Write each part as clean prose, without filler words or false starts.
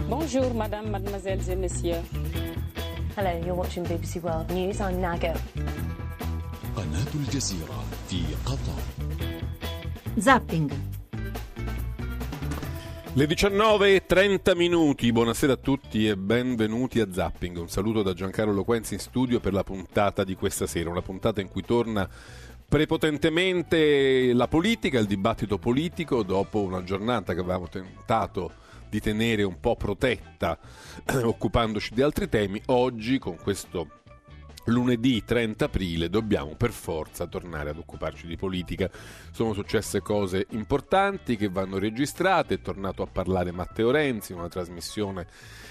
Bonjour, madame, mademoiselles et messieurs. Hello, you're watching BBC World News. I'm Nago. قناة الجزيرة في قطر. Zapping. Le 19:30. Buonasera a tutti e benvenuti a Zapping. Un saluto da Giancarlo Loquenzi in studio per la puntata di questa sera, una puntata in cui torna prepotentemente la politica, il dibattito politico, dopo una giornata che avevamo tentato di tenere un po' protetta occupandoci di altri temi. Oggi, con questo lunedì 30 aprile, dobbiamo per forza tornare ad occuparci di politica. Sono successe cose importanti che vanno registrate. È tornato a parlare Matteo Renzi in una trasmissione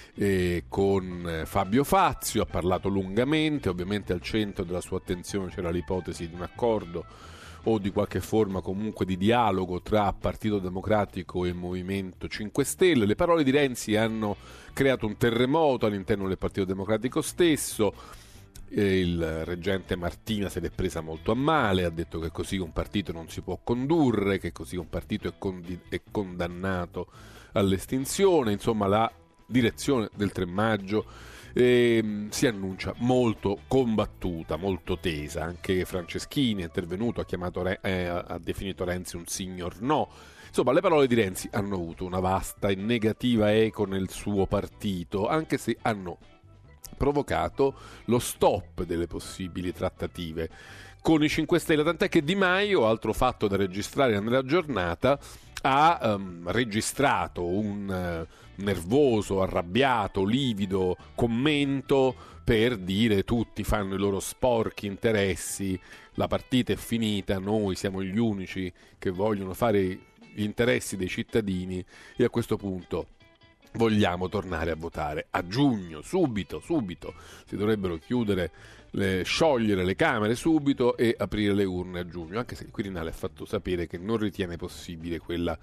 con Fabio Fazio, ha parlato lungamente. Ovviamente al centro della sua attenzione c'era l'ipotesi di un accordo o di qualche forma comunque di dialogo tra Partito Democratico e Movimento 5 Stelle. Le parole di Renzi hanno creato un terremoto all'interno del Partito Democratico stesso. Il reggente Martina se l'è presa molto a male, ha detto che così un partito non si può condurre, che così un partito è condannato all'estinzione. Insomma, la direzione del 3 maggio si annuncia molto combattuta, molto tesa. Anche Franceschini è intervenuto, ha definito Renzi un signor no. Insomma, le parole di Renzi hanno avuto una vasta e negativa eco nel suo partito, anche se hanno provocato lo stop delle possibili trattative con i 5 Stelle, tant'è che Di Maio, altro fatto da registrare nella giornata, ha registrato un nervoso, arrabbiato, livido commento per dire: tutti fanno i loro sporchi interessi, la partita è finita, noi siamo gli unici che vogliono fare gli interessi dei cittadini e a questo punto vogliamo tornare a votare a giugno, subito. Si dovrebbero sciogliere le Camere subito e aprire le urne a giugno, anche se il Quirinale ha fatto sapere che non ritiene possibile quella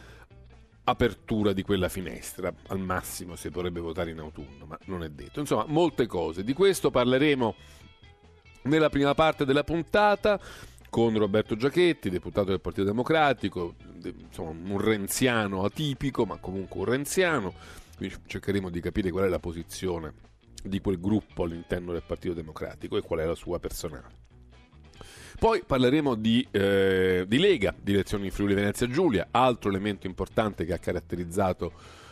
apertura di quella finestra. Al massimo si potrebbe votare in autunno, ma non è detto. Insomma, molte cose. Di questo parleremo nella prima parte della puntata con Roberto Giachetti, deputato del Partito Democratico, insomma un renziano atipico, ma comunque un renziano. Quindi cercheremo di capire qual è la posizione di quel gruppo all'interno del Partito Democratico e qual è la sua personale. Poi parleremo di Lega, di elezioni in Friuli Venezia Giulia, altro elemento importante che ha caratterizzato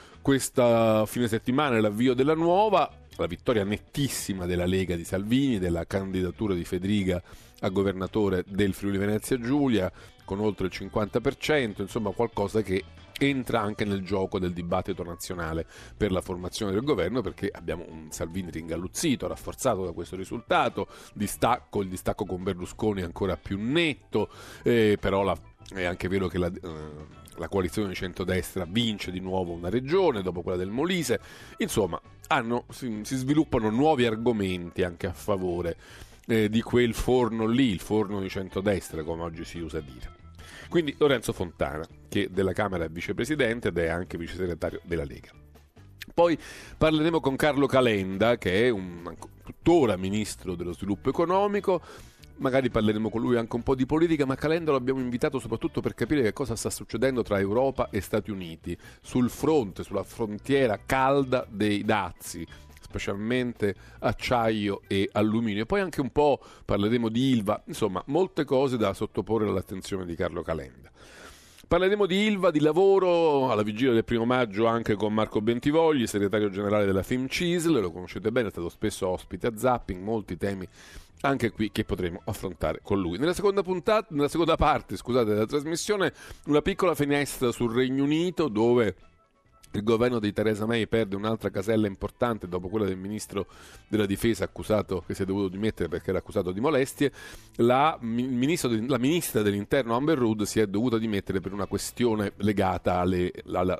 questa fine settimana, l'avvio della nuova, la vittoria nettissima della Lega di Salvini, della candidatura di Fedriga a governatore del Friuli Venezia Giulia con oltre il 50%, insomma qualcosa che entra anche nel gioco del dibattito nazionale per la formazione del governo, perché abbiamo un Salvini ringalluzzito, rafforzato da questo risultato, il distacco con Berlusconi è ancora più netto, però è anche vero che la coalizione di centrodestra vince di nuovo una regione dopo quella del Molise. Insomma, si sviluppano nuovi argomenti anche a favore di quel forno lì, il forno di centrodestra, come oggi si usa dire. Quindi Lorenzo Fontana, che della Camera è vicepresidente ed è anche vice segretario della Lega. Poi parleremo con Carlo Calenda, che è tuttora ministro dello sviluppo economico. Magari parleremo con lui anche un po' di politica, ma Calenda lo abbiamo invitato soprattutto per capire che cosa sta succedendo tra Europa e Stati Uniti, sulla frontiera calda dei dazi, specialmente acciaio e alluminio. Poi anche un po' parleremo di Ilva, insomma molte cose da sottoporre all'attenzione di Carlo Calenda. Parleremo di Ilva, di lavoro, alla vigilia del 1 maggio anche con Marco Bentivogli, segretario generale della FIMCISL, lo conoscete bene, è stato spesso ospite a Zapping, molti temi anche qui che potremo affrontare con lui. Nella seconda parte della trasmissione, una piccola finestra sul Regno Unito, dove il governo di Theresa May perde un'altra casella importante dopo quella del ministro della difesa che si è dovuto dimettere perché era accusato di molestie. La ministra dell'interno Amber Rudd si è dovuta dimettere per una questione legata alla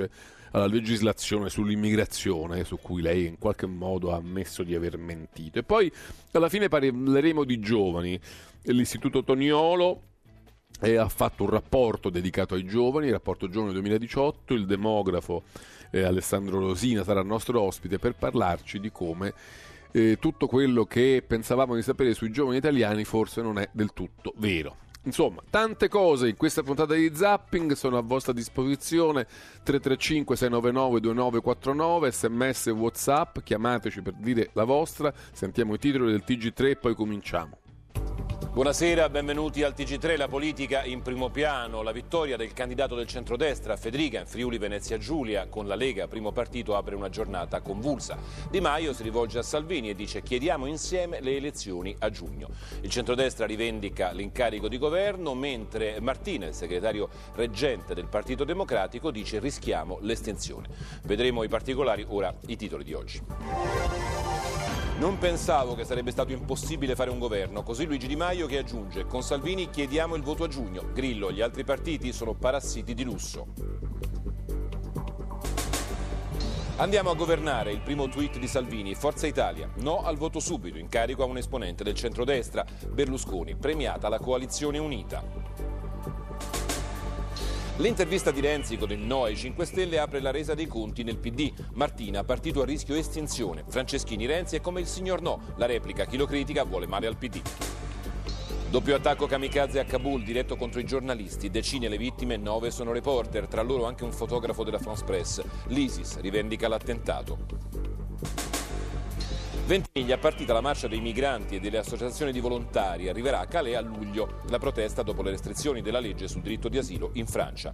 legislazione sull'immigrazione, su cui lei in qualche modo ha ammesso di aver mentito. E poi alla fine parleremo di giovani. L'Istituto Toniolo ha fatto un rapporto dedicato ai giovani, il rapporto giovane 2018. Il demografo Alessandro Rosina sarà il nostro ospite per parlarci di come tutto quello che pensavamo di sapere sui giovani italiani forse non è del tutto vero. Insomma, tante cose in questa puntata di Zapping sono a vostra disposizione. 335 699 2949, sms e WhatsApp, chiamateci per dire la vostra. Sentiamo i titoli del TG3 e poi cominciamo. Buonasera, benvenuti al TG3. La politica in primo piano, la vittoria del candidato del centrodestra Federica in Friuli Venezia Giulia, con la Lega primo partito apre una giornata convulsa. Di Maio si rivolge a Salvini e dice: chiediamo insieme le elezioni a giugno. Il centrodestra rivendica l'incarico di governo, mentre Martina, il segretario reggente del Partito Democratico, dice: rischiamo l'estensione. Vedremo i particolari, ora i titoli di oggi. Non pensavo che sarebbe stato impossibile fare un governo, così Luigi Di Maio, che aggiunge: con Salvini chiediamo il voto a giugno. Grillo: gli altri partiti sono parassiti di lusso. Andiamo a governare, il primo tweet di Salvini. Forza Italia, no al voto subito, incarico a un esponente del centrodestra. Berlusconi: premiata la coalizione unita. L'intervista di Renzi con il no ai 5 Stelle apre la resa dei conti nel PD. Martina, partito a rischio estinzione. Franceschini: Renzi è come il signor no. La replica: chi lo critica vuole male al PD. Doppio attacco kamikaze a Kabul diretto contro i giornalisti. Decine le vittime, 9 sono reporter, tra loro anche un fotografo della France Presse. L'ISIS rivendica l'attentato. Ventimiglia, partita la marcia dei migranti e delle associazioni di volontari, arriverà a Calais a luglio. La protesta dopo le restrizioni della legge sul diritto di asilo in Francia.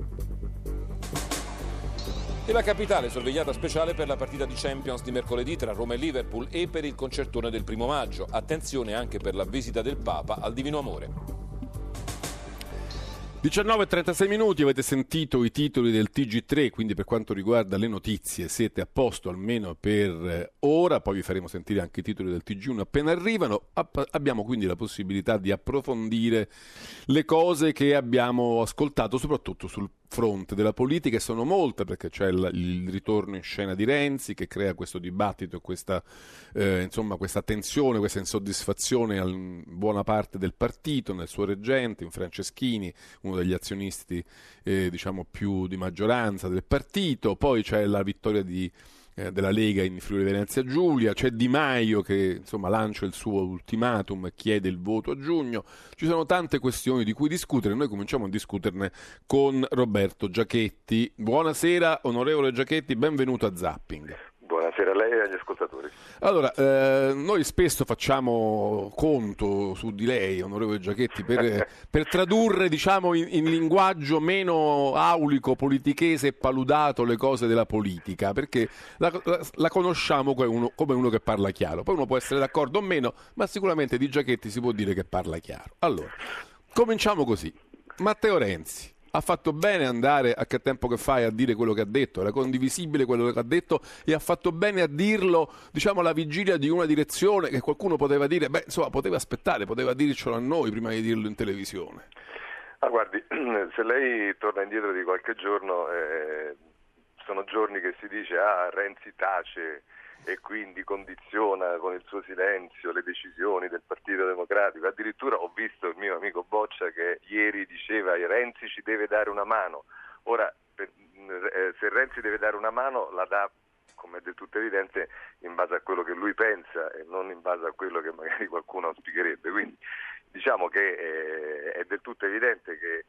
E la capitale sorvegliata speciale per la partita di Champions di mercoledì tra Roma e Liverpool e per il concertone del 1 maggio. Attenzione anche per la visita del Papa al Divino Amore. 19:36 minuti, avete sentito i titoli del TG3, quindi per quanto riguarda le notizie siete a posto almeno per ora, poi vi faremo sentire anche i titoli del TG1 appena arrivano. Abbiamo quindi la possibilità di approfondire le cose che abbiamo ascoltato, soprattutto sul fronte della politica, e sono molte, perché c'è il ritorno in scena di Renzi che crea questo dibattito, questa tensione, questa insoddisfazione in buona parte del partito, nel suo reggente, in Franceschini, uno degli azionisti più di maggioranza del partito. Poi c'è la vittoria della Lega in Friuli Venezia Giulia, c'è Di Maio che lancia il suo ultimatum e chiede il voto a giugno. Ci sono tante questioni di cui discutere, noi cominciamo a discuterne con Roberto Giachetti. Buonasera onorevole Giachetti, benvenuto a Zapping. Buonasera a lei e agli ascoltatori. Allora, noi spesso facciamo conto su di lei, onorevole Giachetti, per tradurre, in linguaggio meno aulico, politichese e paludato le cose della politica, perché la conosciamo come uno che parla chiaro. Poi uno può essere d'accordo o meno, ma sicuramente di Giachetti si può dire che parla chiaro. Allora, cominciamo così. Matteo Renzi ha fatto bene andare a Che tempo che fai a dire quello che ha detto, era condivisibile quello che ha detto e ha fatto bene a dirlo, alla vigilia di una direzione che qualcuno poteva dire, poteva aspettare, poteva dircelo a noi prima di dirlo in televisione. Guardi, se lei torna indietro di qualche giorno, sono giorni che si dice Renzi tace e quindi condiziona con il suo silenzio le decisioni del Partito Democratico. Addirittura ho visto il mio amico Boccia che ieri diceva Renzi ci deve dare una mano. Ora, se Renzi deve dare una mano la dà, come è del tutto evidente, in base a quello che lui pensa e non in base a quello che magari qualcuno auspicherebbe. Quindi diciamo che è del tutto evidente che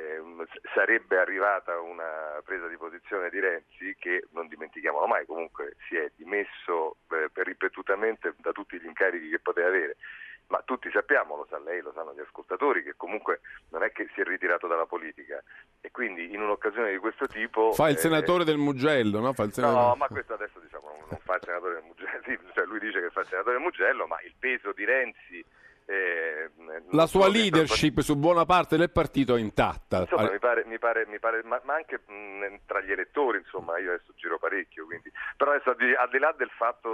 sarebbe arrivata una presa di posizione di Renzi che, non dimentichiamolo mai, comunque si è dimesso per ripetutamente da tutti gli incarichi che poteva avere, ma tutti sappiamo, lo sa lei, lo sanno gli ascoltatori, che comunque non è che si è ritirato dalla politica, e quindi in un'occasione di questo tipo fa il senatore del Mugello, no? No, ma questo adesso non fa il senatore del Mugello, sì, lui dice che fa il senatore del Mugello, ma il peso di Renzi, la sua leadership su buona parte del partito è intatta. Insomma, mi pare ma anche tra gli elettori, io adesso giro parecchio, quindi. Però adesso al di là del fatto,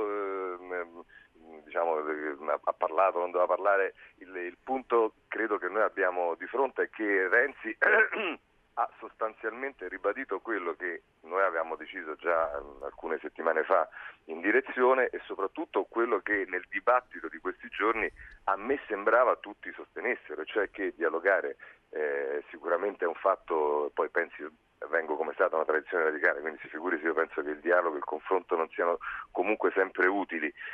ha parlato, non doveva parlare, il punto credo che noi abbiamo di fronte è che Renzi ha sostanzialmente ribadito quello che noi avevamo deciso già alcune settimane fa in direzione, e soprattutto quello che nel dibattito di questi giorni a me sembrava tutti sostenessero, cioè che dialogare sicuramente è un fatto, poi vengo come è stata una tradizione radicale, quindi si figuri se io penso che il dialogo e il confronto non siano comunque sempre utili,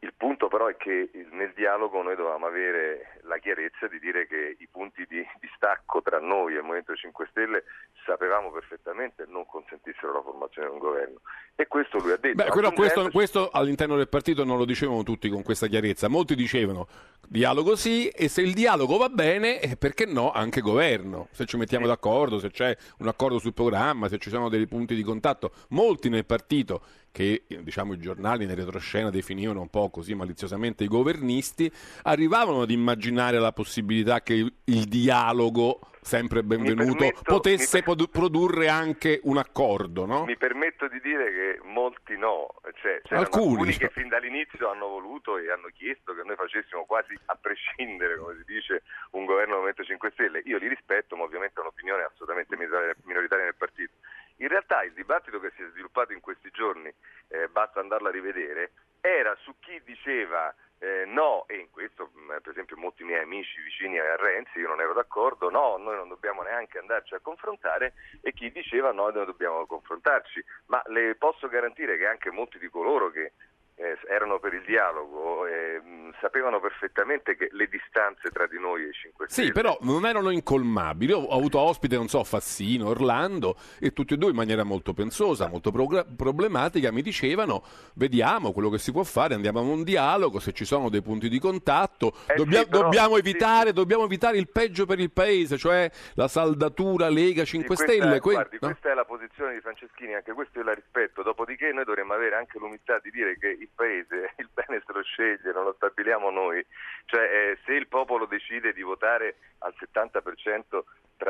Il punto però è che nel dialogo noi dovevamo avere la chiarezza di dire che i punti di distacco tra noi e il Movimento 5 Stelle sapevamo perfettamente non consentissero la formazione di un governo, e questo lui ha detto. Però questo all'interno del partito non lo dicevano tutti con questa chiarezza. Molti dicevano dialogo sì, e se il dialogo va bene, perché no anche governo, se ci mettiamo d'accordo, se c'è un accordo sul programma, se ci sono dei punti di contatto. Molti nel partito, che diciamo i giornali nel retroscena definivano un po' così maliziosamente i governisti, arrivavano ad immaginare la possibilità che il dialogo, sempre benvenuto, potesse produrre anche un accordo, no? Mi permetto di dire che molti no, cioè alcuni che fin dall'inizio hanno voluto e hanno chiesto che noi facessimo quasi a prescindere, come si dice, un governo del Movimento 5 Stelle. Io li rispetto, ma ovviamente è un'opinione assolutamente minoritaria nel partito. In realtà il dibattito che si è sviluppato in questi giorni, basta andarlo a rivedere, era su chi diceva no, e in questo per esempio molti miei amici vicini a Renzi, io non ero d'accordo, no, noi non dobbiamo neanche andarci a confrontare, e chi diceva no, noi dobbiamo confrontarci. Ma le posso garantire che anche molti di coloro che erano per il dialogo sapevano perfettamente che le distanze tra di noi e i 5 Stelle... Sì, però non erano incolmabili. Io ho avuto ospite, non so, Fassino, Orlando, e tutti e due in maniera molto pensosa, molto problematica mi dicevano: vediamo quello che si può fare, andiamo a un dialogo, se ci sono dei punti di contatto, dobbiamo evitare il peggio per il paese, cioè la saldatura Lega 5 Stelle. Guardi, no? Questa è la posizione di Franceschini, anche questo io la rispetto, dopodiché noi dovremmo avere anche l'umiltà di dire che il paese, il bene se lo sceglie, non lo stabiliamo noi, cioè se il popolo decide di votare al 70%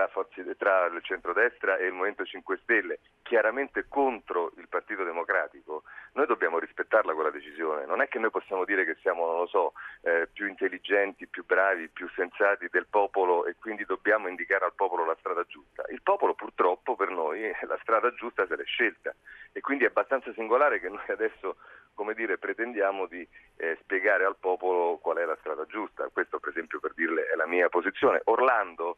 tra il centrodestra e il Movimento 5 Stelle, chiaramente contro il Partito Democratico, noi dobbiamo rispettarla quella decisione. Non è che noi possiamo dire che siamo, non lo so, più intelligenti, più bravi, più sensati del popolo, e quindi dobbiamo indicare al popolo la strada giusta. Il popolo purtroppo per noi la strada giusta se l'è scelta, e quindi è abbastanza singolare che noi adesso, come dire, pretendiamo di spiegare al popolo qual è la strada giusta. Questo, per esempio, per dirle, è la mia posizione. Orlando,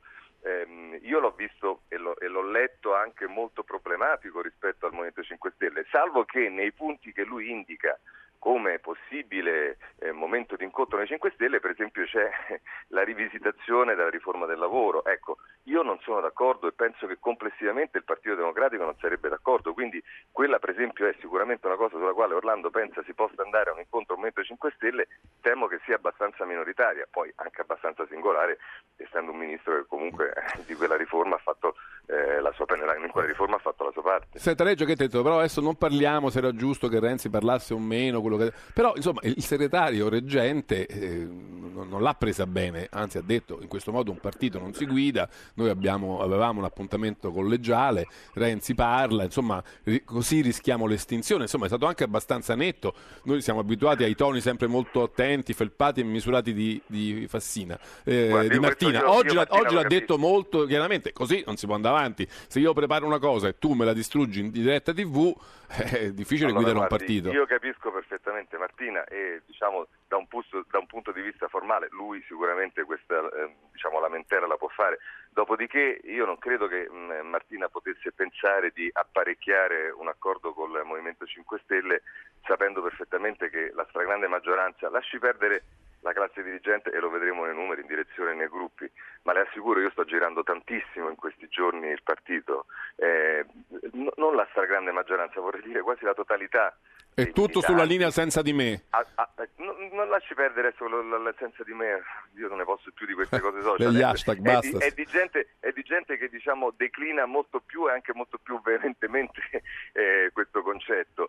io l'ho visto e l'ho letto anche molto problematico rispetto al Movimento 5 Stelle, salvo che nei punti che lui indica come possibile momento di incontro nei 5 Stelle, per esempio, c'è la rivisitazione della riforma del lavoro. Ecco, io non sono d'accordo, e penso che complessivamente il Partito Democratico non sarebbe d'accordo, quindi quella per esempio è sicuramente una cosa sulla quale Orlando pensa si possa andare a un incontro Movimento 5 Stelle. Temo che sia abbastanza minoritaria, poi anche abbastanza singolare, essendo un ministro che comunque di quella riforma ha fatto in quella riforma ha fatto la sua parte. Senta, Reggio, che ha detto, però adesso non parliamo se era giusto che Renzi parlasse o meno, però insomma il segretario reggente non l'ha presa bene, anzi ha detto: in questo modo un partito non si guida, noi avevamo un appuntamento collegiale, Renzi parla, insomma così rischiamo l'estinzione. Insomma è stato anche abbastanza netto. Noi siamo abituati ai toni sempre molto attenti, felpati e misurati di Fassina, di Martina. Oggi l'ha detto molto chiaramente: così non si può andare avanti. Se io preparo una cosa e tu me la distruggi in diretta TV, è difficile guidare un partito. Io capisco perfettamente Martina, e diciamo da un punto di vista formale lui sicuramente questa lamentela la può fare. Dopodiché io non credo che Martina potesse pensare di apparecchiare un accordo col Movimento 5 Stelle sapendo perfettamente che la stragrande maggioranza, lasci perdere la classe dirigente, e lo vedremo nei numeri, in direzione nei gruppi, ma le assicuro, io sto girando tantissimo in questi giorni il partito, non la stragrande maggioranza, vorrei dire quasi la totalità. È tutto sulla linea senza di me. Non lasci perdere adesso la senza di me, io non ne posso più di queste cose social. Degli hashtag, basta. È di gente che diciamo declina molto più e anche molto più veementemente questo concetto.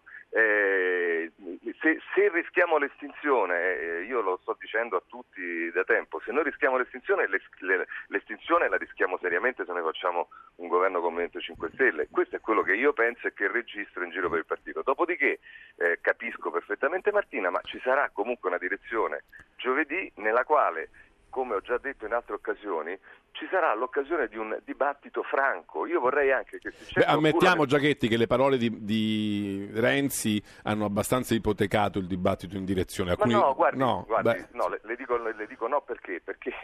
Se rischiamo l'estinzione, io lo sto dicendo a tutti da tempo, se noi rischiamo l'estinzione la rischiamo seriamente se noi facciamo un governo con Movimento 5 Stelle. Questo è quello che io penso e che registro in giro per il partito. Dopodiché capisco perfettamente Martina, ma ci sarà comunque una direzione giovedì nella quale, come ho già detto in altre occasioni, ci sarà l'occasione di un dibattito franco. Io vorrei anche che ammettiamo, Giachetti, che le parole di Renzi hanno abbastanza ipotecato il dibattito in direzione. Ma no, guardi, le dico no perché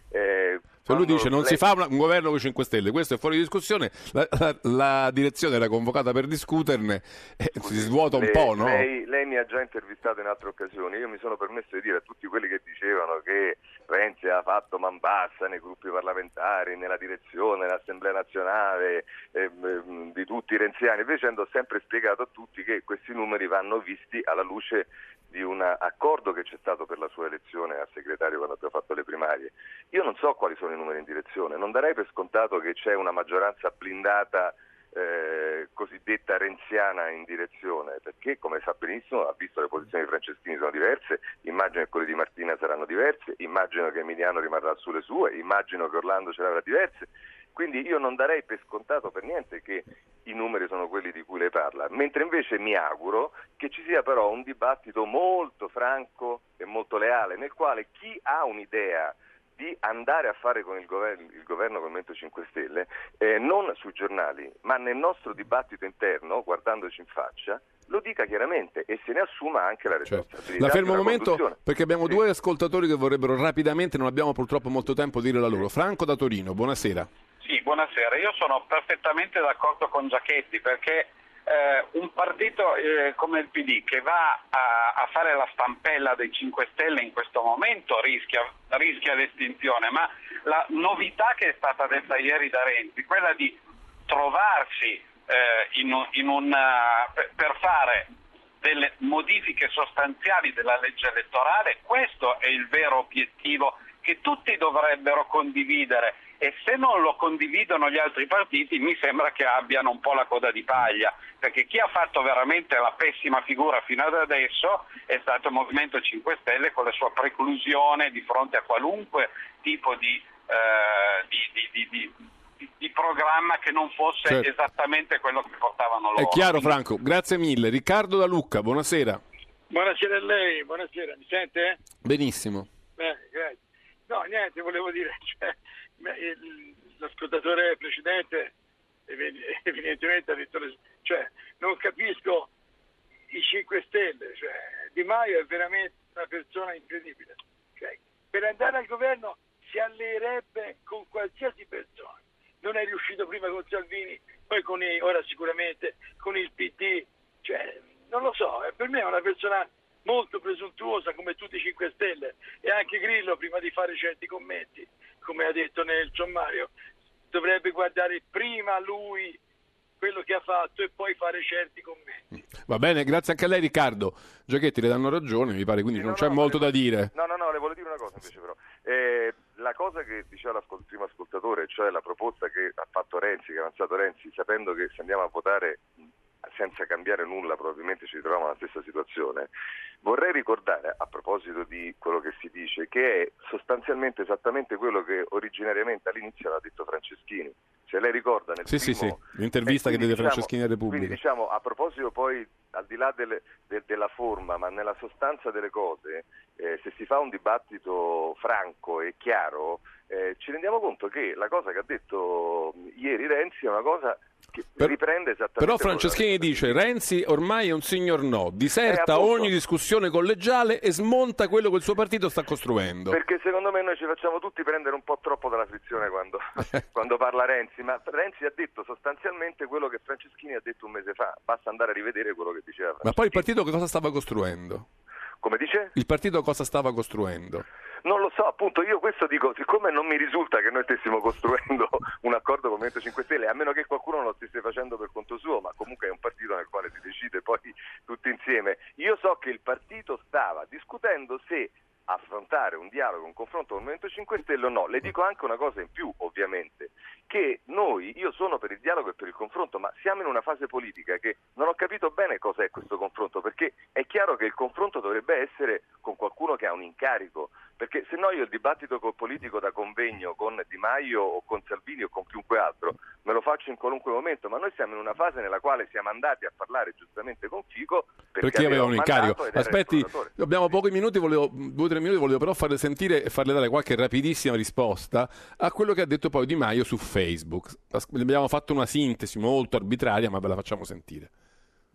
Lui dice non si fa un governo con i 5 Stelle, questo è fuori discussione, la direzione era convocata per discuterne, si svuota un po', no? Lei mi ha già intervistato in altre occasioni, io mi sono permesso di dire a tutti quelli che dicevano che Renzi ha fatto man bassa nei gruppi parlamentari, nella direzione, nell'Assemblea nazionale, di tutti i renziani, invece ho sempre spiegato a tutti che questi numeri vanno visti alla luce di un accordo che c'è stato per la sua elezione a segretario quando abbiamo fatto le primarie. Io non so quali sono i numeri in direzione, non darei per scontato che c'è una maggioranza blindata cosiddetta renziana in direzione, perché come sa benissimo ha visto le posizioni di Franceschini sono diverse, immagino che quelle di Martina saranno diverse, immagino che Emiliano rimarrà sulle sue, immagino che Orlando ce l'avrà diverse, quindi io non darei per scontato per niente che i numeri sono quelli di cui lei parla, mentre invece mi auguro che ci sia però un dibattito molto franco e molto leale, nel quale chi ha un'idea di andare a fare con il governo con il Movimento 5 Stelle, non sui giornali, ma nel nostro dibattito interno, guardandoci in faccia, lo dica chiaramente e se ne assuma anche la responsabilità. Certo. La fermo un momento perché abbiamo due ascoltatori che vorrebbero rapidamente, non abbiamo purtroppo molto tempo, dire la loro. Franco da Torino, buonasera. Sì, buonasera. Io sono perfettamente d'accordo con Giachetti perché un partito come il PD che va a fare la stampella dei 5 Stelle in questo momento rischia l'estinzione, ma la novità che è stata detta ieri da Renzi, quella di trovarsi per fare delle modifiche sostanziali della legge elettorale, questo è il vero obiettivo che tutti dovrebbero condividere. E se non lo condividono gli altri partiti mi sembra che abbiano un po' la coda di paglia, perché chi ha fatto veramente la pessima figura fino ad adesso è stato il Movimento 5 Stelle con la sua preclusione di fronte a qualunque tipo di programma che non fosse esattamente quello che portavano loro. È chiaro Franco, grazie mille. Riccardo da Lucca, buonasera. Buonasera a lei, buonasera, mi sente? Benissimo. Grazie. No, niente, volevo dire, l'ascoltatore precedente evidentemente ha detto, non capisco i 5 Stelle, Di Maio è veramente una persona incredibile, per andare al governo si alleerebbe con qualsiasi persona, non è riuscito prima con Salvini, poi ora sicuramente con il PD, non lo so, per me è una persona molto presuntuosa come tutti i 5 Stelle e anche Grillo prima di fare certi commenti, come ha detto nel sommario, dovrebbe guardare prima lui quello che ha fatto e poi fare certi commenti. Va bene, grazie anche a lei Riccardo. Giachetti le danno ragione, mi pare, quindi non c'è molto da dire. No, le volevo dire una cosa invece però. La cosa che diceva il primo ascoltatore, cioè la proposta che ha fatto Renzi, che ha avanzato Renzi, sapendo che se andiamo a votare senza cambiare nulla probabilmente ci ritroviamo nella stessa situazione, vorrei ricordare a proposito di quello che si dice che è sostanzialmente esattamente quello che originariamente all'inizio aveva detto Franceschini, se lei ricorda nel primo l'intervista che diede Franceschini a Repubblica. Quindi a proposito poi al di là della forma ma nella sostanza delle cose, se si fa un dibattito franco e chiaro ci rendiamo conto che la cosa che ha detto ieri Renzi è una cosa che riprende esattamente. Però Franceschini dice Renzi ormai è un signor no, diserta ogni discussione collegiale e smonta quello che il suo partito sta costruendo. Perché secondo me noi ci facciamo tutti prendere un po' troppo dalla frizione quando parla Renzi, ma Renzi ha detto sostanzialmente quello che Franceschini ha detto un mese fa, basta andare a rivedere quello che diceva Franceschini. Ma poi il partito che cosa stava costruendo? Come dice? Il partito cosa stava costruendo? Non lo so, appunto, io questo dico, siccome non mi risulta che noi stessimo costruendo un accordo con il Movimento 5 Stelle, a meno che qualcuno non lo stesse facendo per conto suo, ma comunque è un partito nel quale si decide poi tutti insieme. Io so che il partito stava discutendo se affrontare un dialogo, un confronto con il Movimento 5 Stelle o no. Le dico anche una cosa in più, ovviamente, che io sono per il dialogo e per il confronto, ma siamo in una fase politica che non ho capito bene cos'è questo confronto, perché è chiaro che il confronto dovrebbe essere con qualcuno che ha un incarico, perché se no io il dibattito politico da convegno con Di Maio o con Salvini o con chiunque altro me lo faccio in qualunque momento, ma noi siamo in una fase nella quale siamo andati a parlare giustamente con Fico perché aveva un incarico. Aspetti, abbiamo pochi minuti, 2 o 3 minuti, volevo però farle sentire e farle dare qualche rapidissima risposta a quello che ha detto poi Di Maio su Facebook. Abbiamo fatto una sintesi molto arbitraria, ma ve la facciamo sentire.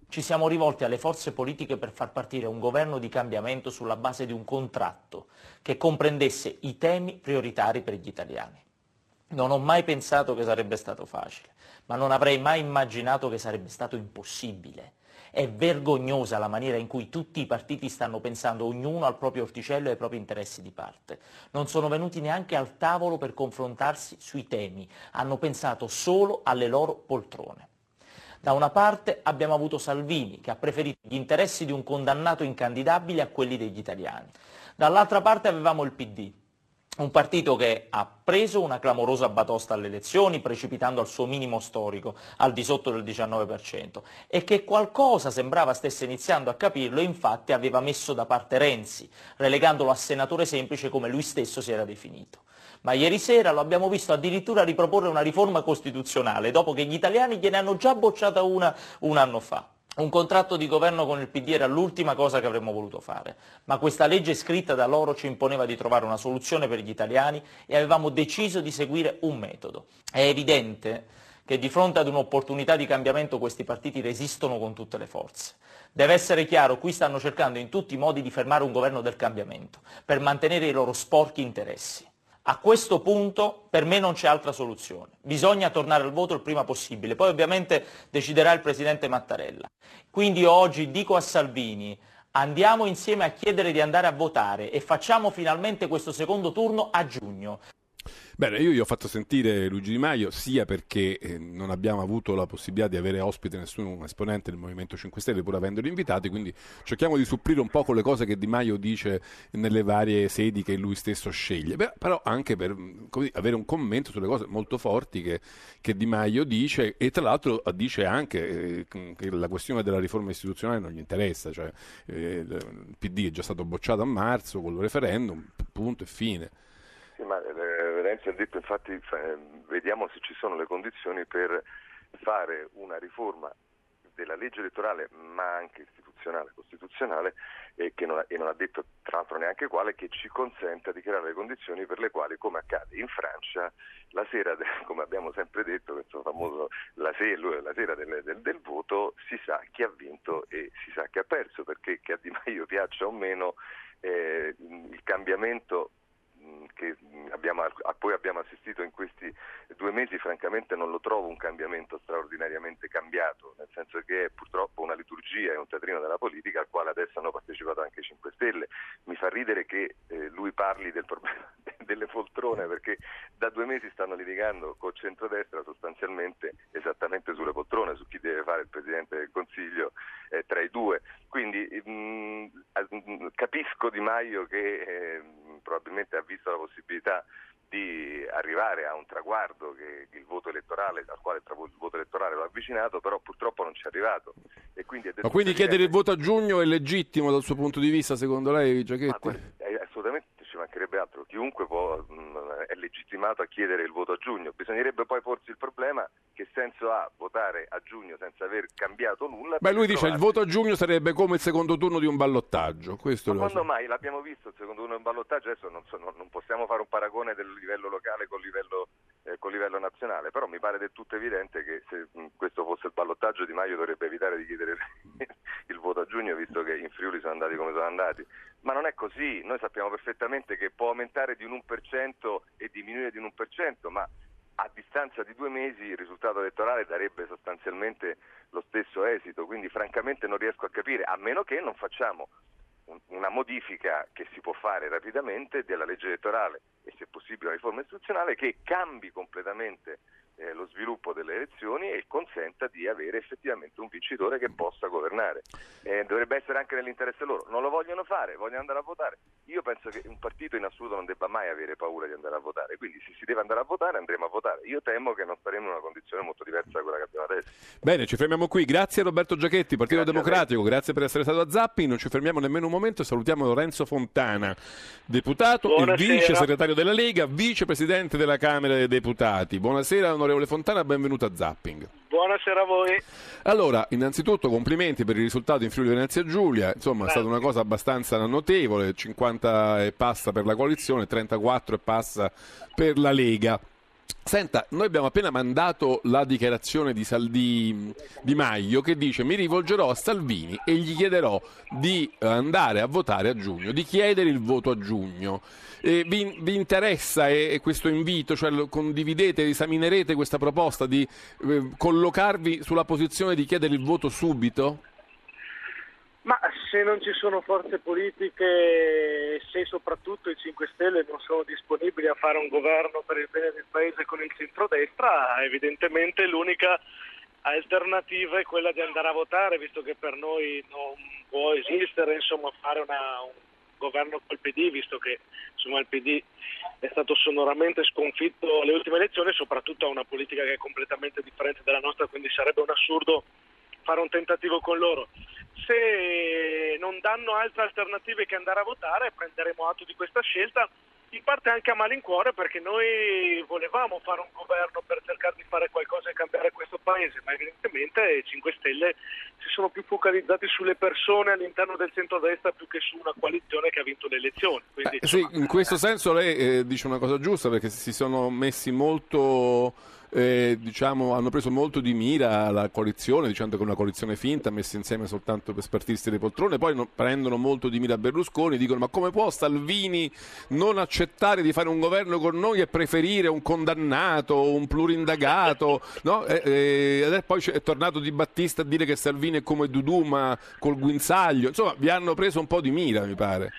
Ci siamo rivolti alle forze politiche per far partire un governo di cambiamento sulla base di un contratto che comprendesse i temi prioritari per gli italiani. Non ho mai pensato che sarebbe stato facile, ma non avrei mai immaginato che sarebbe stato impossibile. È vergognosa la maniera in cui tutti i partiti stanno pensando ognuno al proprio orticello e ai propri interessi di parte. Non sono venuti neanche al tavolo per confrontarsi sui temi, hanno pensato solo alle loro poltrone. Da una parte abbiamo avuto Salvini, che ha preferito gli interessi di un condannato incandidabile a quelli degli italiani. Dall'altra parte avevamo il PD, un partito che ha preso una clamorosa batosta alle elezioni, precipitando al suo minimo storico, al di sotto del 19%, e che qualcosa sembrava stesse iniziando a capirlo e infatti aveva messo da parte Renzi, relegandolo a senatore semplice come lui stesso si era definito. Ma ieri sera lo abbiamo visto addirittura riproporre una riforma costituzionale, dopo che gli italiani gliene hanno già bocciata una un anno fa. Un contratto di governo con il PD era l'ultima cosa che avremmo voluto fare, ma questa legge scritta da loro ci imponeva di trovare una soluzione per gli italiani e avevamo deciso di seguire un metodo. È evidente che di fronte ad un'opportunità di cambiamento questi partiti resistono con tutte le forze. Deve essere chiaro, qui stanno cercando in tutti i modi di fermare un governo del cambiamento, per mantenere i loro sporchi interessi. A questo punto per me non c'è altra soluzione, bisogna tornare al voto il prima possibile, poi ovviamente deciderà il Presidente Mattarella. Quindi oggi dico a Salvini, andiamo insieme a chiedere di andare a votare e facciamo finalmente questo secondo turno a giugno. Bene, io gli ho fatto sentire Luigi Di Maio sia perché non abbiamo avuto la possibilità di avere ospite nessun esponente del Movimento 5 Stelle pur avendoli invitati, quindi cerchiamo di supplire un po' con le cose che Di Maio dice nelle varie sedi che lui stesso sceglie. Però anche per avere un commento sulle cose molto forti che Di Maio dice, e tra l'altro dice anche che la questione della riforma istituzionale non gli interessa, cioè il PD è già stato bocciato a marzo con il referendum, punto e fine. Sì, ma Renzi ha detto infatti vediamo se ci sono le condizioni per fare una riforma della legge elettorale ma anche istituzionale, costituzionale e non ha detto tra l'altro neanche quale, che ci consenta di creare le condizioni per le quali, come accade in Francia, la sera, come abbiamo sempre detto, questo famoso la sera del voto, si sa chi ha vinto e si sa chi ha perso, perché che a Di Maio piaccia o meno il cambiamento a cui abbiamo assistito in questi 2 mesi, francamente non lo trovo un cambiamento straordinariamente cambiato, nel senso che è purtroppo una liturgia e un teatrino della politica al quale adesso hanno partecipato anche i 5 Stelle. Mi fa ridere che lui parli del problema delle poltrone, perché da 2 mesi stanno litigando col centrodestra sostanzialmente esattamente sulle poltrone, su chi deve fare il Presidente del Consiglio tra i due. Quindi capisco Di Maio che probabilmente ha visto la possibilità di arrivare a un traguardo che il voto elettorale, al quale il voto elettorale lo ha avvicinato, però purtroppo non ci è arrivato. E quindi ma quindi chiedere il voto a giugno è legittimo dal suo punto di vista, secondo lei, Giachetti? Assolutamente, ci mancherebbe altro. Chiunque è legittimato a chiedere il voto a giugno. Bisognerebbe poi porsi il problema: che senso ha votare a giugno senza aver cambiato nulla? Lui dice il voto a giugno sarebbe come il secondo turno di un ballottaggio. Questo ma quando mai l'abbiamo visto il secondo turno di un ballottaggio? Adesso non possiamo fare un paragone del livello locale con livello nazionale, però mi pare del tutto evidente che se questo fosse il ballottaggio, Di Maio dovrebbe evitare di chiedere il voto a giugno, visto che in Friuli sono andati come sono andati. Ma non è così, noi sappiamo perfettamente che può aumentare di un 1% e diminuire di un 1%, ma a distanza di 2 mesi il risultato elettorale darebbe sostanzialmente lo stesso esito, quindi francamente non riesco a capire, a meno che non facciamo una modifica che si può fare rapidamente della legge elettorale e se possibile una riforma istituzionale che cambi completamente lo sviluppo delle elezioni e consenta di avere effettivamente un vincitore che possa governare. Dovrebbe essere anche nell'interesse loro. Non lo vogliono fare, vogliono andare a votare. Io penso che un partito in assoluto non debba mai avere paura di andare a votare, quindi se si deve andare a votare andremo a votare. Io temo che non staremo in una condizione molto diversa da quella che abbiamo adesso. Bene, ci fermiamo qui. Grazie a Roberto Giachetti, Partito Democratico, grazie per essere stato a Zapping. Non ci fermiamo nemmeno un momento e salutiamo Lorenzo Fontana, deputato, Buonasera. Il vice segretario della Lega, vicepresidente della Camera dei Deputati. Buonasera onorevole Fontana, benvenuto a Zapping. Buonasera a voi. Allora, innanzitutto complimenti per il risultato in Friuli Venezia Giulia, insomma è stata una cosa abbastanza notevole, 50 e passa per la coalizione, 34 e passa per la Lega. Senta, noi abbiamo appena mandato la dichiarazione di Maio che dice: mi rivolgerò a Salvini e gli chiederò di andare a votare a giugno, di chiedere il voto a giugno. Vi interessa questo invito? Cioè, condividete, esaminerete questa proposta di collocarvi sulla posizione di chiedere il voto subito? Ma se non ci sono forze politiche, se soprattutto i 5 Stelle non sono disponibili a fare un governo per il bene del Paese con il centrodestra, evidentemente l'unica alternativa è quella di andare a votare, visto che per noi non può esistere fare un governo col PD, visto che il PD è stato sonoramente sconfitto alle ultime elezioni, soprattutto ha una politica che è completamente differente dalla nostra, quindi sarebbe un assurdo fare un tentativo con loro. Se non danno altre alternative che andare a votare, prenderemo atto di questa scelta, in parte anche a malincuore, perché noi volevamo fare un governo per cercare di fare qualcosa e cambiare questo Paese, ma evidentemente i 5 Stelle si sono più focalizzati sulle persone all'interno del centrodestra più che su una coalizione che ha vinto le elezioni. Quindi, sì, in questo senso lei dice una cosa giusta, perché si sono messi molto... hanno preso molto di mira la coalizione, dicendo che è una coalizione finta messa insieme soltanto per spartirsi le poltrone, poi prendono molto di mira Berlusconi, dicono: ma come può Salvini non accettare di fare un governo con noi e preferire un condannato, un plurindagato, no? Poi è tornato Di Battista a dire che Salvini è come Dudu ma col guinzaglio, insomma vi hanno preso un po' di mira, mi pare.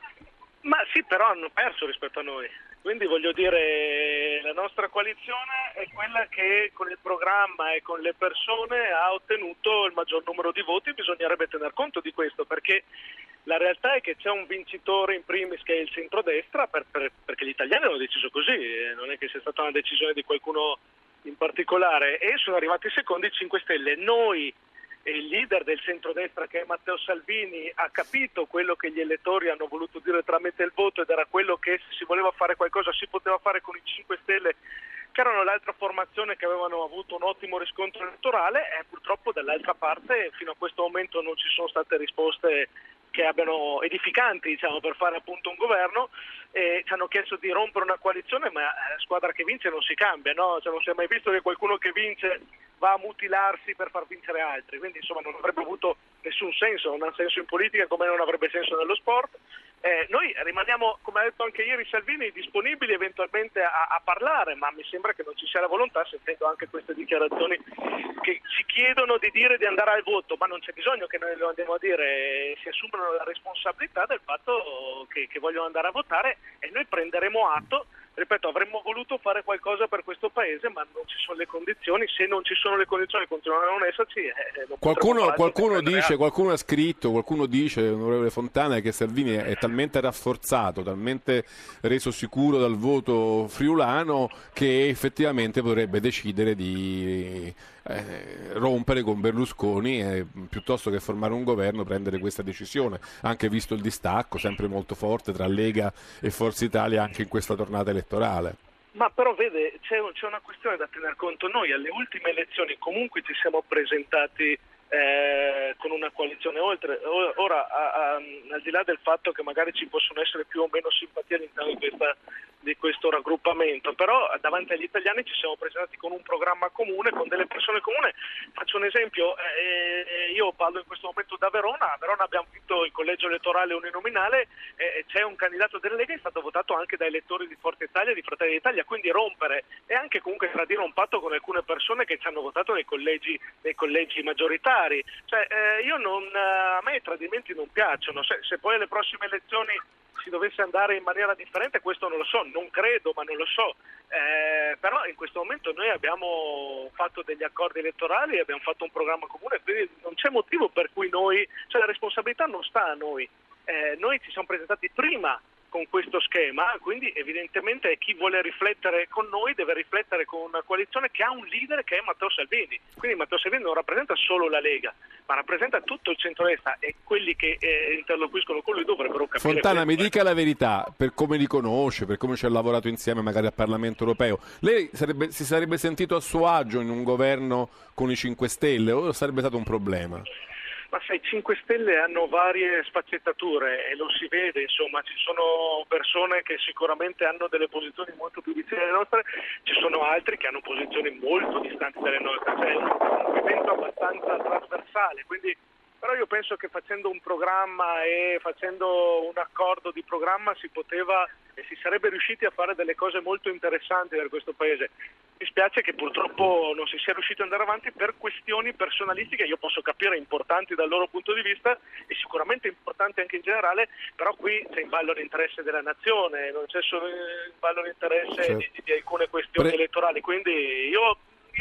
Ma sì, però hanno perso rispetto a noi. Quindi voglio dire, la nostra coalizione è quella che con il programma e con le persone ha ottenuto il maggior numero di voti. Bisognerebbe tener conto di questo, perché la realtà è che c'è un vincitore in primis che è il centrodestra, perché gli italiani hanno deciso così, non è che sia stata una decisione di qualcuno in particolare, e sono arrivati secondi i 5 Stelle. Noi e il leader del centrodestra, che è Matteo Salvini, ha capito quello che gli elettori hanno voluto dire tramite il voto, ed era quello che se si voleva fare qualcosa si poteva fare con i 5 Stelle, che erano l'altra formazione che avevano avuto un ottimo riscontro elettorale, e purtroppo dall'altra parte fino a questo momento non ci sono state risposte che abbiano edificanti, per fare appunto un governo. Ci hanno chiesto di rompere una coalizione, ma la squadra che vince non si cambia, no? Non si è mai visto che qualcuno che vince va a mutilarsi per far vincere altri, quindi non avrebbe avuto nessun senso, non ha senso in politica come non avrebbe senso nello sport. Noi rimaniamo, come ha detto anche ieri Salvini, disponibili eventualmente a parlare, ma mi sembra che non ci sia la volontà, sentendo anche queste dichiarazioni che ci chiedono di dire di andare al voto, ma non c'è bisogno che noi lo andiamo a dire, si assumono la responsabilità del fatto che vogliono andare a votare, e noi prenderemo atto. Ripeto, avremmo voluto fare qualcosa per questo Paese, ma non ci sono le condizioni. Se non ci sono le condizioni, continuano a non esserci. Qualcuno ha scritto, qualcuno dice, l'onorevole Fontana, che Salvini è talmente rafforzato, talmente reso sicuro dal voto friulano, che effettivamente potrebbe decidere di rompere con Berlusconi, piuttosto che formare un governo, prendere questa decisione, anche visto il distacco sempre molto forte tra Lega e Forza Italia anche in questa tornata elettorale. Ma però vede, c'è una questione da tener conto. Noi alle ultime elezioni comunque ci siamo presentati con una coalizione oltre. Ora, al di là del fatto che magari ci possono essere più o meno simpatie all'interno di questo raggruppamento, però davanti agli italiani ci siamo presentati con un programma comune, con delle persone comuni. Faccio un esempio, io parlo in questo momento da Verona. A Verona abbiamo vinto il collegio elettorale uninominale, c'è un candidato della Lega, è stato votato anche da elettori di Forza Italia e di Fratelli d'Italia, quindi rompere e anche comunque tradire un patto con alcune persone che ci hanno votato nei collegi maggioritari. A me i tradimenti non piacciono. Se poi alle prossime elezioni si dovesse andare in maniera differente, questo non lo so, non credo, ma non lo so. Però in questo momento noi abbiamo fatto degli accordi elettorali, abbiamo fatto un programma comune, quindi non c'è motivo per cui la responsabilità non sta a noi. Noi ci siamo presentati prima con questo schema, quindi evidentemente chi vuole riflettere con noi deve riflettere con una coalizione che ha un leader che è Matteo Salvini. Quindi Matteo Salvini non rappresenta solo la Lega, ma rappresenta tutto il centrodestra, e quelli che interloquiscono con lui dovrebbero capire. Fontana, mi dica la verità, per come li conosce, per come ci ha lavorato insieme magari al Parlamento europeo, lei si sarebbe sentito a suo agio in un governo con i 5 Stelle o sarebbe stato un problema? Ma sai, 5 Stelle hanno varie sfaccettature e lo si vede, insomma, ci sono persone che sicuramente hanno delle posizioni molto più vicine alle nostre, ci sono altri che hanno posizioni molto distanti dalle nostre, cioè è un movimento abbastanza trasversale, quindi però io penso che facendo un programma e facendo un accordo di programma si poteva e si sarebbe riusciti a fare delle cose molto interessanti per questo Paese. Mi spiace che purtroppo non si sia riusciti ad andare avanti per questioni personalistiche, io posso capire importanti dal loro punto di vista e sicuramente importanti anche in generale, però qui c'è in ballo l'interesse della nazione, non c'è solo in ballo l'interesse di alcune questioni elettorali, quindi io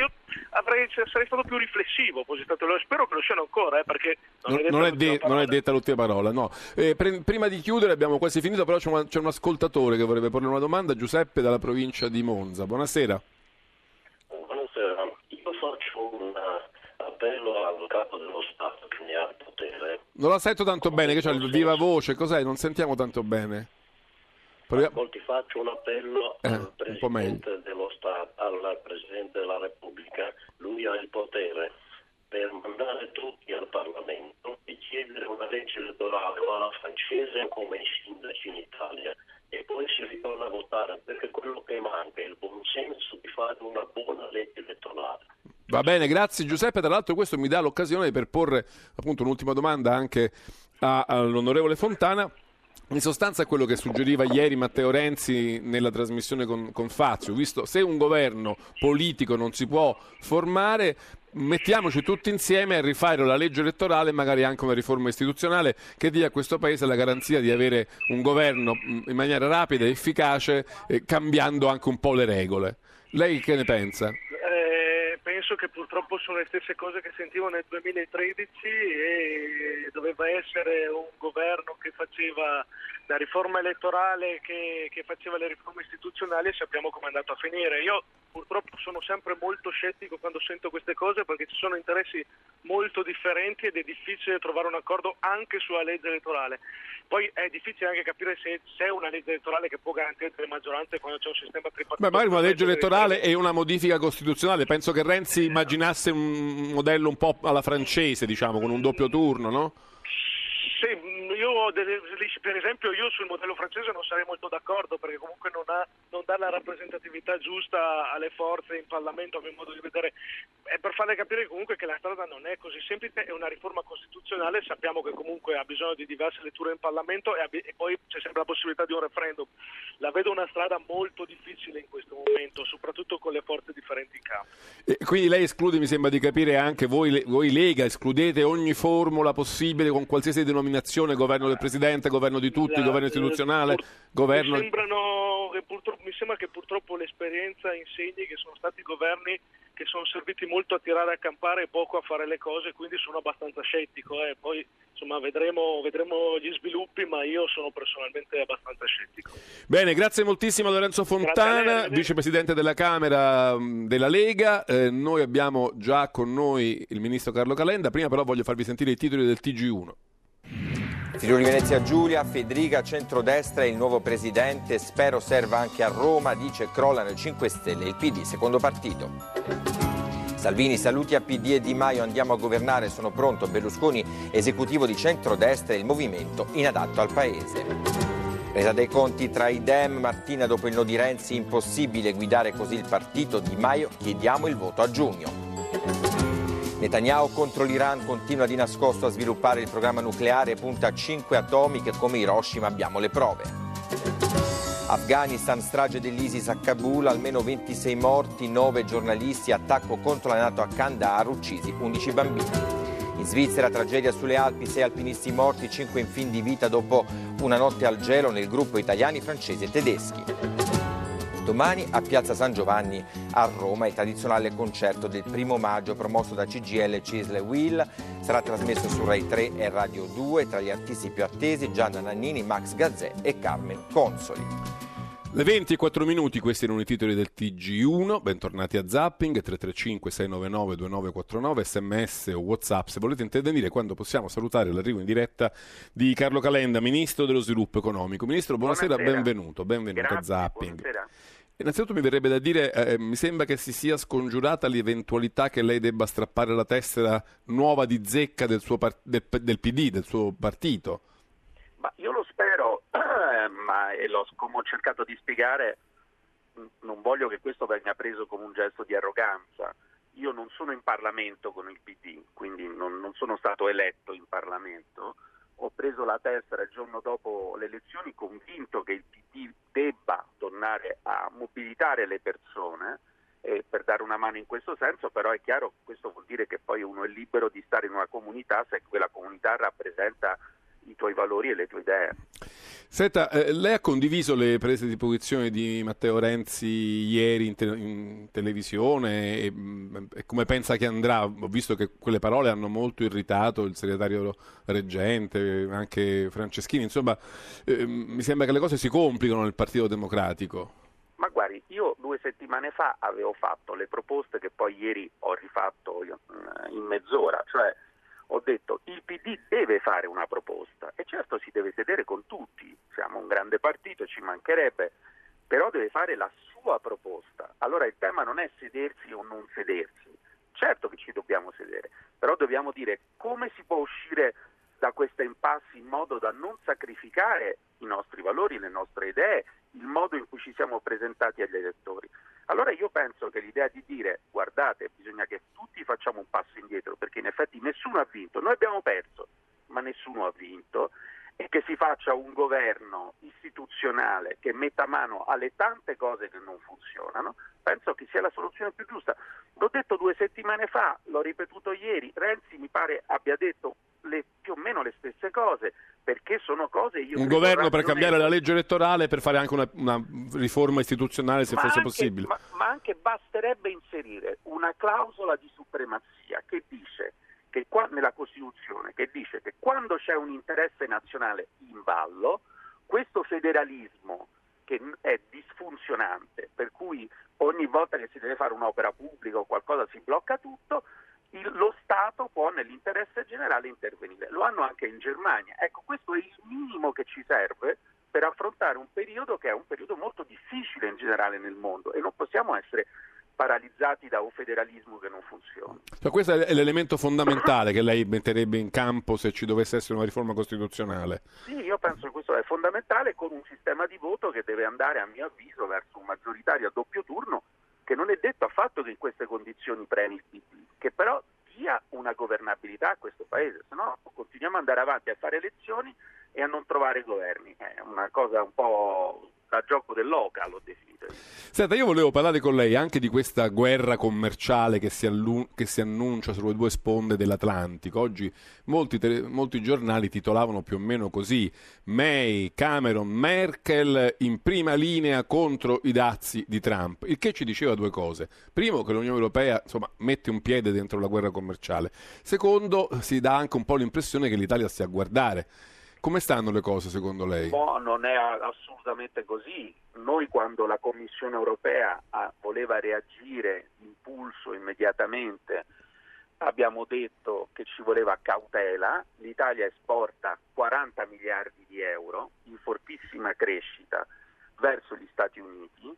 sarei stato più riflessivo, spero che lo siano ancora, perché non è detta l'ultima parola, no. Prima di chiudere, abbiamo quasi finito, però c'è un ascoltatore che vorrebbe porre una domanda, Giuseppe dalla provincia di Monza. Buonasera. Buonasera, io faccio un appello al capo dello Stato che ne ha il potere. Non la sento tanto bene, che c'è il viva voce, cos'è? Non sentiamo tanto bene. Ascolti, faccio un appello al Presidente dello Stato, al Presidente della Repubblica. Lui ha il potere per mandare tutti al Parlamento e chiedere una legge elettorale o alla francese come i sindaci in Italia e poi si ritorna a votare, perché quello che manca è il buonsenso di fare una buona legge elettorale. Va bene, grazie Giuseppe. Tra l'altro questo mi dà l'occasione per porre appunto un'ultima domanda anche all'onorevole Fontana. In sostanza è quello che suggeriva ieri Matteo Renzi nella trasmissione con Fazio, visto se un governo politico non si può formare, mettiamoci tutti insieme a rifare la legge elettorale e magari anche una riforma istituzionale che dia a questo Paese la garanzia di avere un governo in maniera rapida e efficace, cambiando anche un po' le regole. Lei che ne pensa? Penso che purtroppo sono le stesse cose che sentivo nel 2013 e doveva essere un governo che faceva la riforma elettorale, che faceva le riforme istituzionali e sappiamo come è andato a finire. Io purtroppo sono sempre molto scettico quando sento queste cose perché ci sono interessi molto differenti ed è difficile trovare un accordo anche sulla legge elettorale. Poi è difficile anche capire se c'è una legge elettorale che può garantire le maggioranze quando c'è un sistema tripartito. Beh, magari una legge elettorale e una modifica costituzionale. Penso che Renzi immaginasse un modello un po' alla francese, diciamo, con un doppio turno, no? Sì, per esempio io sul modello francese non sarei molto d'accordo perché comunque non dà la rappresentatività giusta alle forze in Parlamento, a mio modo di vedere, è per farle capire comunque che la strada non è così semplice, è una riforma costituzionale, sappiamo che comunque ha bisogno di diverse letture in Parlamento e poi c'è sempre la possibilità di un referendum. La vedo una strada molto difficile in questo momento, soprattutto con le forze differenti in campo. E quindi lei esclude, mi sembra di capire, anche voi Lega, escludete ogni formula possibile con qualsiasi denominazione, governo del Presidente, governo di tutti, governo istituzionale, governo... Mi sembra che purtroppo l'esperienza insegni che sono stati governi che sono serviti molto a tirare a campare e poco a fare le cose, quindi sono abbastanza scettico. Poi insomma vedremo gli sviluppi, ma io sono personalmente abbastanza scettico. Bene, grazie moltissimo a Lorenzo Fontana, vicepresidente della Camera della Lega. Noi abbiamo già con noi il ministro Carlo Calenda, prima però voglio farvi sentire i titoli del TG1. Friuli Venezia Giulia, Federica, centrodestra e il nuovo presidente, spero serva anche a Roma, dice crollano i 5 Stelle, il PD secondo partito. Salvini, saluti a PD e Di Maio, andiamo a governare, sono pronto, Berlusconi, esecutivo di centrodestra e il movimento inadatto al paese. Resa dei conti tra i Dem, Martina dopo il no di Renzi, impossibile guidare così il partito, Di Maio, chiediamo il voto a giugno. Netanyahu contro l'Iran continua di nascosto a sviluppare il programma nucleare, punta a 5 atomiche come Hiroshima, abbiamo le prove. Afghanistan, strage dell'ISIS a Kabul, almeno 26 morti, 9 giornalisti, attacco contro la NATO a Kandahar, uccisi 11 bambini. In Svizzera, tragedia sulle Alpi, 6 alpinisti morti, 5 in fin di vita dopo una notte al gelo nel gruppo italiani, francesi e tedeschi. Domani a Piazza San Giovanni a Roma il tradizionale concerto del 1° maggio promosso da CGIL, CISL e Will. Sarà trasmesso su Rai 3 e Radio 2. Tra gli artisti più attesi Gianna Nannini, Max Gazzè e Carmen Consoli. Le 20:04, questi erano i titoli del TG1. Bentornati a Zapping, 335-699-2949, sms o WhatsApp se volete intervenire, quando possiamo salutare l'arrivo in diretta di Carlo Calenda, Ministro dello Sviluppo Economico. Ministro, buonasera. Benvenuto Grazie, a Zapping. Buonasera. Innanzitutto mi verrebbe da dire, mi sembra che si sia scongiurata l'eventualità che lei debba strappare la tessera nuova di zecca del del PD, del suo partito. Ma io lo spero, come ho cercato di spiegare, non voglio che questo venga preso come un gesto di arroganza. Io non sono in Parlamento con il PD, quindi non sono stato eletto in Parlamento. Ho preso la tessera il giorno dopo le elezioni convinto che il PD debba tornare a mobilitare le persone per dare una mano in questo senso, però è chiaro che questo vuol dire che poi uno è libero di stare in una comunità se quella comunità rappresenta i tuoi valori e le tue idee. Senta, lei ha condiviso le prese di posizione di Matteo Renzi ieri in televisione e come pensa che andrà? Ho visto che quelle parole hanno molto irritato il segretario reggente, anche Franceschini, insomma mi sembra che le cose si complicano nel Partito Democratico. Ma guardi, io 2 settimane fa avevo fatto le proposte che poi ieri ho rifatto in mezz'ora, cioè ho detto il PD deve fare una proposta e certo si deve sedere con tutti, siamo un grande partito, ci mancherebbe, però deve fare la sua proposta. Allora il tema non è sedersi o non sedersi, certo che ci dobbiamo sedere, però dobbiamo dire come si può uscire da questa impasse in modo da non sacrificare i nostri valori, le nostre idee, il modo in cui ci siamo presentati agli elettori. Allora io penso che l'idea di dire guardate, bisogna che tutti facciamo un passo indietro, perché in effetti nessuno ha vinto, noi abbiamo perso, ma nessuno ha vinto, e che si faccia un governo istituzionale che metta mano alle tante cose che non funzionano, penso che sia la soluzione più giusta. L'ho detto 2 settimane fa, l'ho ripetuto ieri, Renzi mi pare abbia detto più o meno le stesse cose, perché sono cose un governo per cambiare la legge elettorale, per fare anche una riforma istituzionale se fosse possibile. Ma anche basterebbe inserire una clausola di supremazia che dice che nella Costituzione, che dice che quando c'è un interesse nazionale in ballo, questo federalismo che è disfunzionante, per cui ogni volta che si deve fare un'opera pubblica o qualcosa si blocca tutto, lo Stato può nell'interesse generale intervenire. Lo hanno anche in Germania. Ecco, questo è il minimo che ci serve per affrontare un periodo che è un periodo molto difficile in generale nel mondo e non possiamo essere paralizzati da un federalismo che non funziona. Cioè, questo è l'elemento fondamentale che lei metterebbe in campo se ci dovesse essere una riforma costituzionale. Sì, io penso che questo è fondamentale, con un sistema di voto che deve andare, a mio avviso, verso un maggioritario a doppio turno, che non è detto affatto che in queste condizioni premi il PD, che però dia una governabilità a questo Paese, se no continuiamo ad andare avanti a fare elezioni e a non trovare governi. È una cosa un po' da gioco dell'oca, l'ho definito. Senta, io volevo parlare con lei anche di questa guerra commerciale che si annuncia sulle 2 sponde dell'Atlantico. Oggi molti giornali titolavano più o meno così: May, Cameron, Merkel in prima linea contro i dazi di Trump, il che ci diceva 2 cose. Primo, che l'Unione Europea mette un piede dentro la guerra commerciale. Secondo, si dà anche un po' l'impressione che l'Italia stia a guardare. Come stanno le cose secondo lei? No, non è assolutamente così. Noi, quando la Commissione Europea voleva reagire impulso immediatamente, abbiamo detto che ci voleva cautela. L'Italia esporta 40 miliardi di euro in fortissima crescita verso gli Stati Uniti,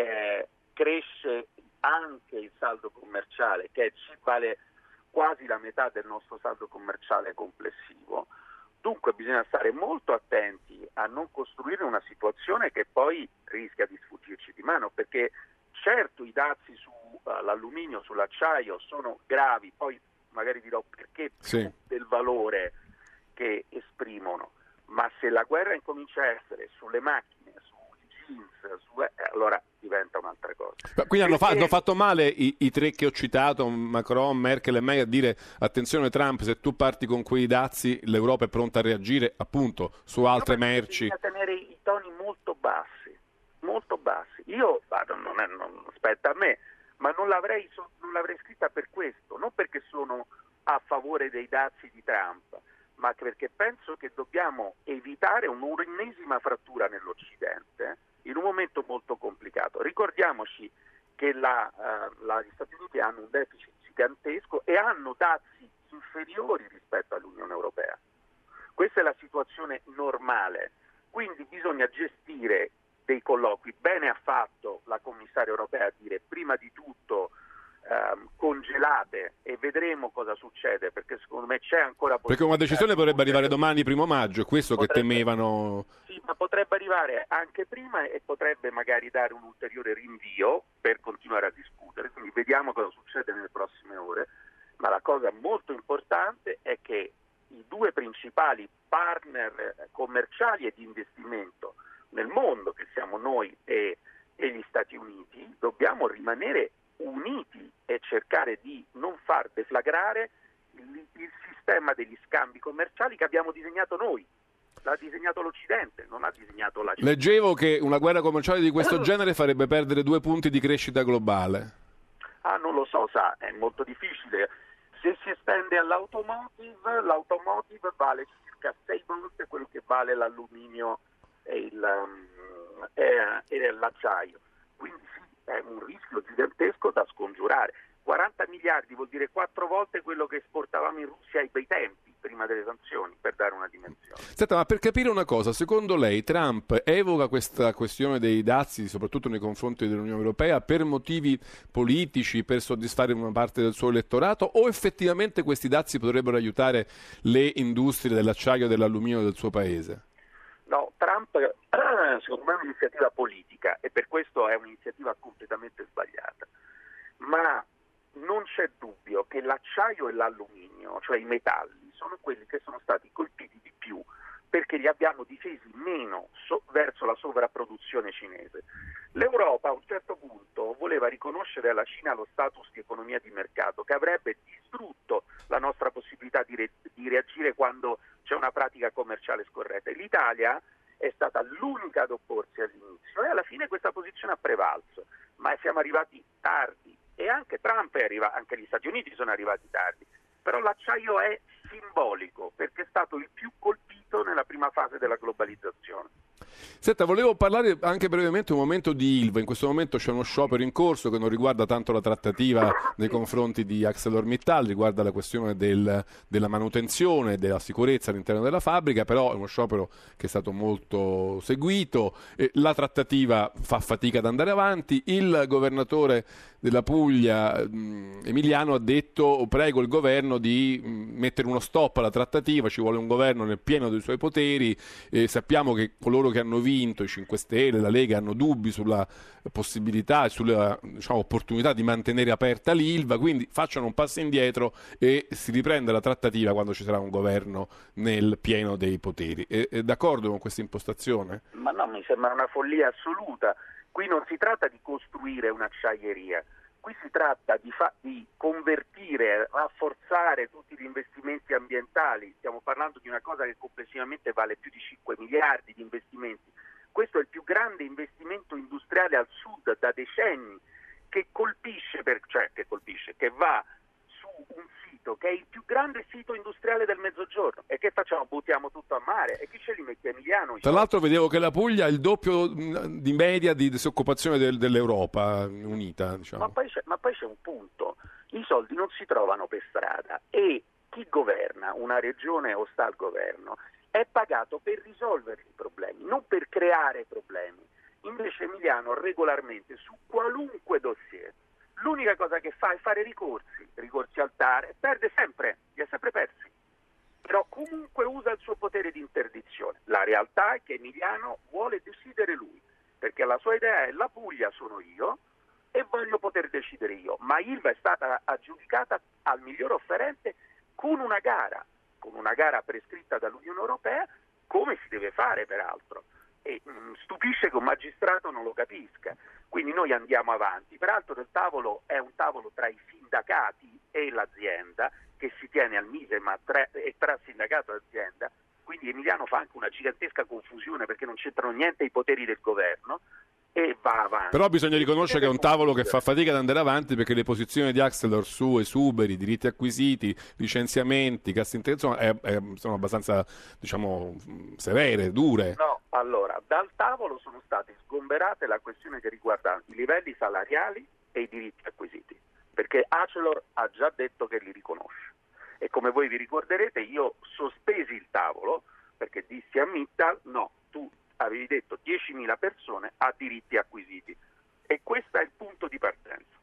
cresce anche il saldo commerciale, che vale quasi la metà del nostro saldo commerciale complessivo. Dunque bisogna stare molto attenti a non costruire una situazione che poi rischia di sfuggirci di mano, perché certo i dazi sull'alluminio, sull'acciaio sono gravi, poi magari dirò perché più del valore che esprimono, ma se la guerra incomincia a essere sulle macchine, sui jeans, allora diventa un'altra cosa. Quindi hanno fatto male i 3 che ho citato, Macron, Merkel e May, a dire attenzione Trump, se tu parti con quei dazi l'Europa è pronta a reagire appunto su altre merci. Bisogna tenere i toni molto bassi, molto bassi. Io non spetta a me, ma non l'avrei scritta per questo, non perché sono a favore dei dazi di Trump, ma perché penso che dobbiamo evitare un'ennesima frattura nell'Occidente in un momento molto complicato. Ricordiamoci che gli Stati Uniti hanno un deficit gigantesco e hanno dazi inferiori rispetto all'Unione Europea. Questa è la situazione normale, quindi bisogna gestire dei colloqui. Bene ha fatto la commissaria europea a dire prima di tutto congelate e vedremo cosa succede, perché secondo me c'è ancora possibilità. Perché una decisione potrebbe arrivare domani, 1 maggio, è questo che temevano. Sì, ma potrebbe arrivare anche prima e potrebbe magari dare un ulteriore rinvio per continuare a discutere, quindi vediamo cosa succede nelle prossime ore, ma la cosa molto importante è che i 2 principali partner commerciali e di investimento nel mondo, che siamo noi e gli Stati Uniti, dobbiamo rimanere uniti e cercare di non far deflagrare il sistema degli scambi commerciali che abbiamo disegnato noi. L'ha disegnato l'Occidente, non l'ha disegnato la Cina. Leggevo che una guerra commerciale di questo genere farebbe perdere 2 punti di crescita globale. Non lo so, è molto difficile. Se si estende all'automotive, l'automotive vale circa 6 volte quello che vale l'alluminio e l'acciaio. Quindi sì, è un rischio gigantesco da scongiurare. 40 miliardi vuol dire 4 volte quello che esportavamo in Russia ai bei tempi, prima delle sanzioni, per dare una dimensione. Senta, ma per capire una cosa, secondo lei Trump evoca questa questione dei dazi, soprattutto nei confronti dell'Unione Europea, per motivi politici, per soddisfare una parte del suo elettorato, o effettivamente questi dazi potrebbero aiutare le industrie dell'acciaio e dell'alluminio del suo paese? No, Trump secondo me è un'iniziativa politica e per questo è un'iniziativa completamente sbagliata, ma non c'è dubbio che l'acciaio e l'alluminio, cioè i metalli, sono quelli che sono stati colpiti di più perché li abbiamo difesi meno verso la sovrapproduzione cinese. L'Europa a un certo punto voleva riconoscere alla Cina lo status di economia di mercato che avrebbe distrutto la nostra possibilità di reagire quando c'è una pratica commerciale scorretta. E l'Italia è stata l'unica ad opporsi all'inizio e alla fine questa posizione ha prevalso, ma siamo arrivati tardi e anche Trump è arrivato, anche gli Stati Uniti sono arrivati tardi, però l'acciaio è simbolico perché è stato il più colpito nella prima fase della globalizzazione. Senta, volevo parlare anche brevemente un momento di Ilva. In questo momento c'è uno sciopero in corso che non riguarda tanto la trattativa nei confronti di ArcelorMittal, riguarda la questione della manutenzione, della sicurezza all'interno della fabbrica, però è uno sciopero che è stato molto seguito, la trattativa fa fatica ad andare avanti. Il governatore della Puglia, Emiliano, ha detto: prego il governo di mettere uno stop alla trattativa, ci vuole un governo nel pieno dei suoi poteri, sappiamo che coloro che hanno vinto, i 5 Stelle, la Lega, hanno dubbi sulla possibilità e sulla opportunità di mantenere aperta l'Ilva, quindi facciano un passo indietro e si riprenda la trattativa quando ci sarà un governo nel pieno dei poteri. È d'accordo con questa impostazione? Ma no, mi sembra una follia assoluta. Qui non si tratta di costruire un'acciaieria, qui si tratta di convertire, rafforzare tutti gli investimenti ambientali. Stiamo parlando di una cosa che complessivamente vale più di 5 miliardi di investimenti. Questo è il più grande investimento industriale al sud da decenni, che va su un sito che è il più grande sito industriale del Mezzogiorno. E che facciamo? Buttiamo tutto a mare? E chi ce li mette? Emiliano? Tra l'altro vedevo che la Puglia ha il doppio di media di disoccupazione dell'Europa unita. Diciamo. Ma poi c'è un punto. I soldi non si trovano per strada e chi governa una regione o sta al governo è pagato per risolvere i problemi, non per creare problemi. Invece Emiliano regolarmente su qualunque dossier l'unica cosa che fa è fare ricorsi al TAR e perde sempre, li ha sempre persi. Però comunque usa il suo potere di interdizione. La realtà è che Emiliano vuole decidere lui, perché la sua idea è: la Puglia sono io e voglio poter decidere io. Ma Ilva è stata aggiudicata al miglior offerente con una gara prescritta dall'Unione Europea, come si deve fare peraltro. E stupisce che un magistrato non lo capisca. Quindi noi andiamo avanti. Peraltro il tavolo è un tavolo tra i sindacati e l'azienda, che si tiene al Mise, ma tra sindacato e azienda. Quindi Emiliano fa anche una gigantesca confusione perché non c'entrano niente i poteri del governo e va avanti. Però bisogna riconoscere che è un tavolo che fa fatica ad andare avanti, perché le posizioni di Arcelor su esuberi, diritti acquisiti, licenziamenti, cassa integrazione sono abbastanza, severe, dure. No, allora, dal tavolo sono state sgomberate la questione che riguarda i livelli salariali e i diritti acquisiti, perché Arcelor ha già detto che li riconosce. E come voi vi ricorderete, io sospesi il tavolo perché dissi a Mittal: no, tu avevi detto 10.000 persone a diritti acquisiti, e questo è il punto di partenza.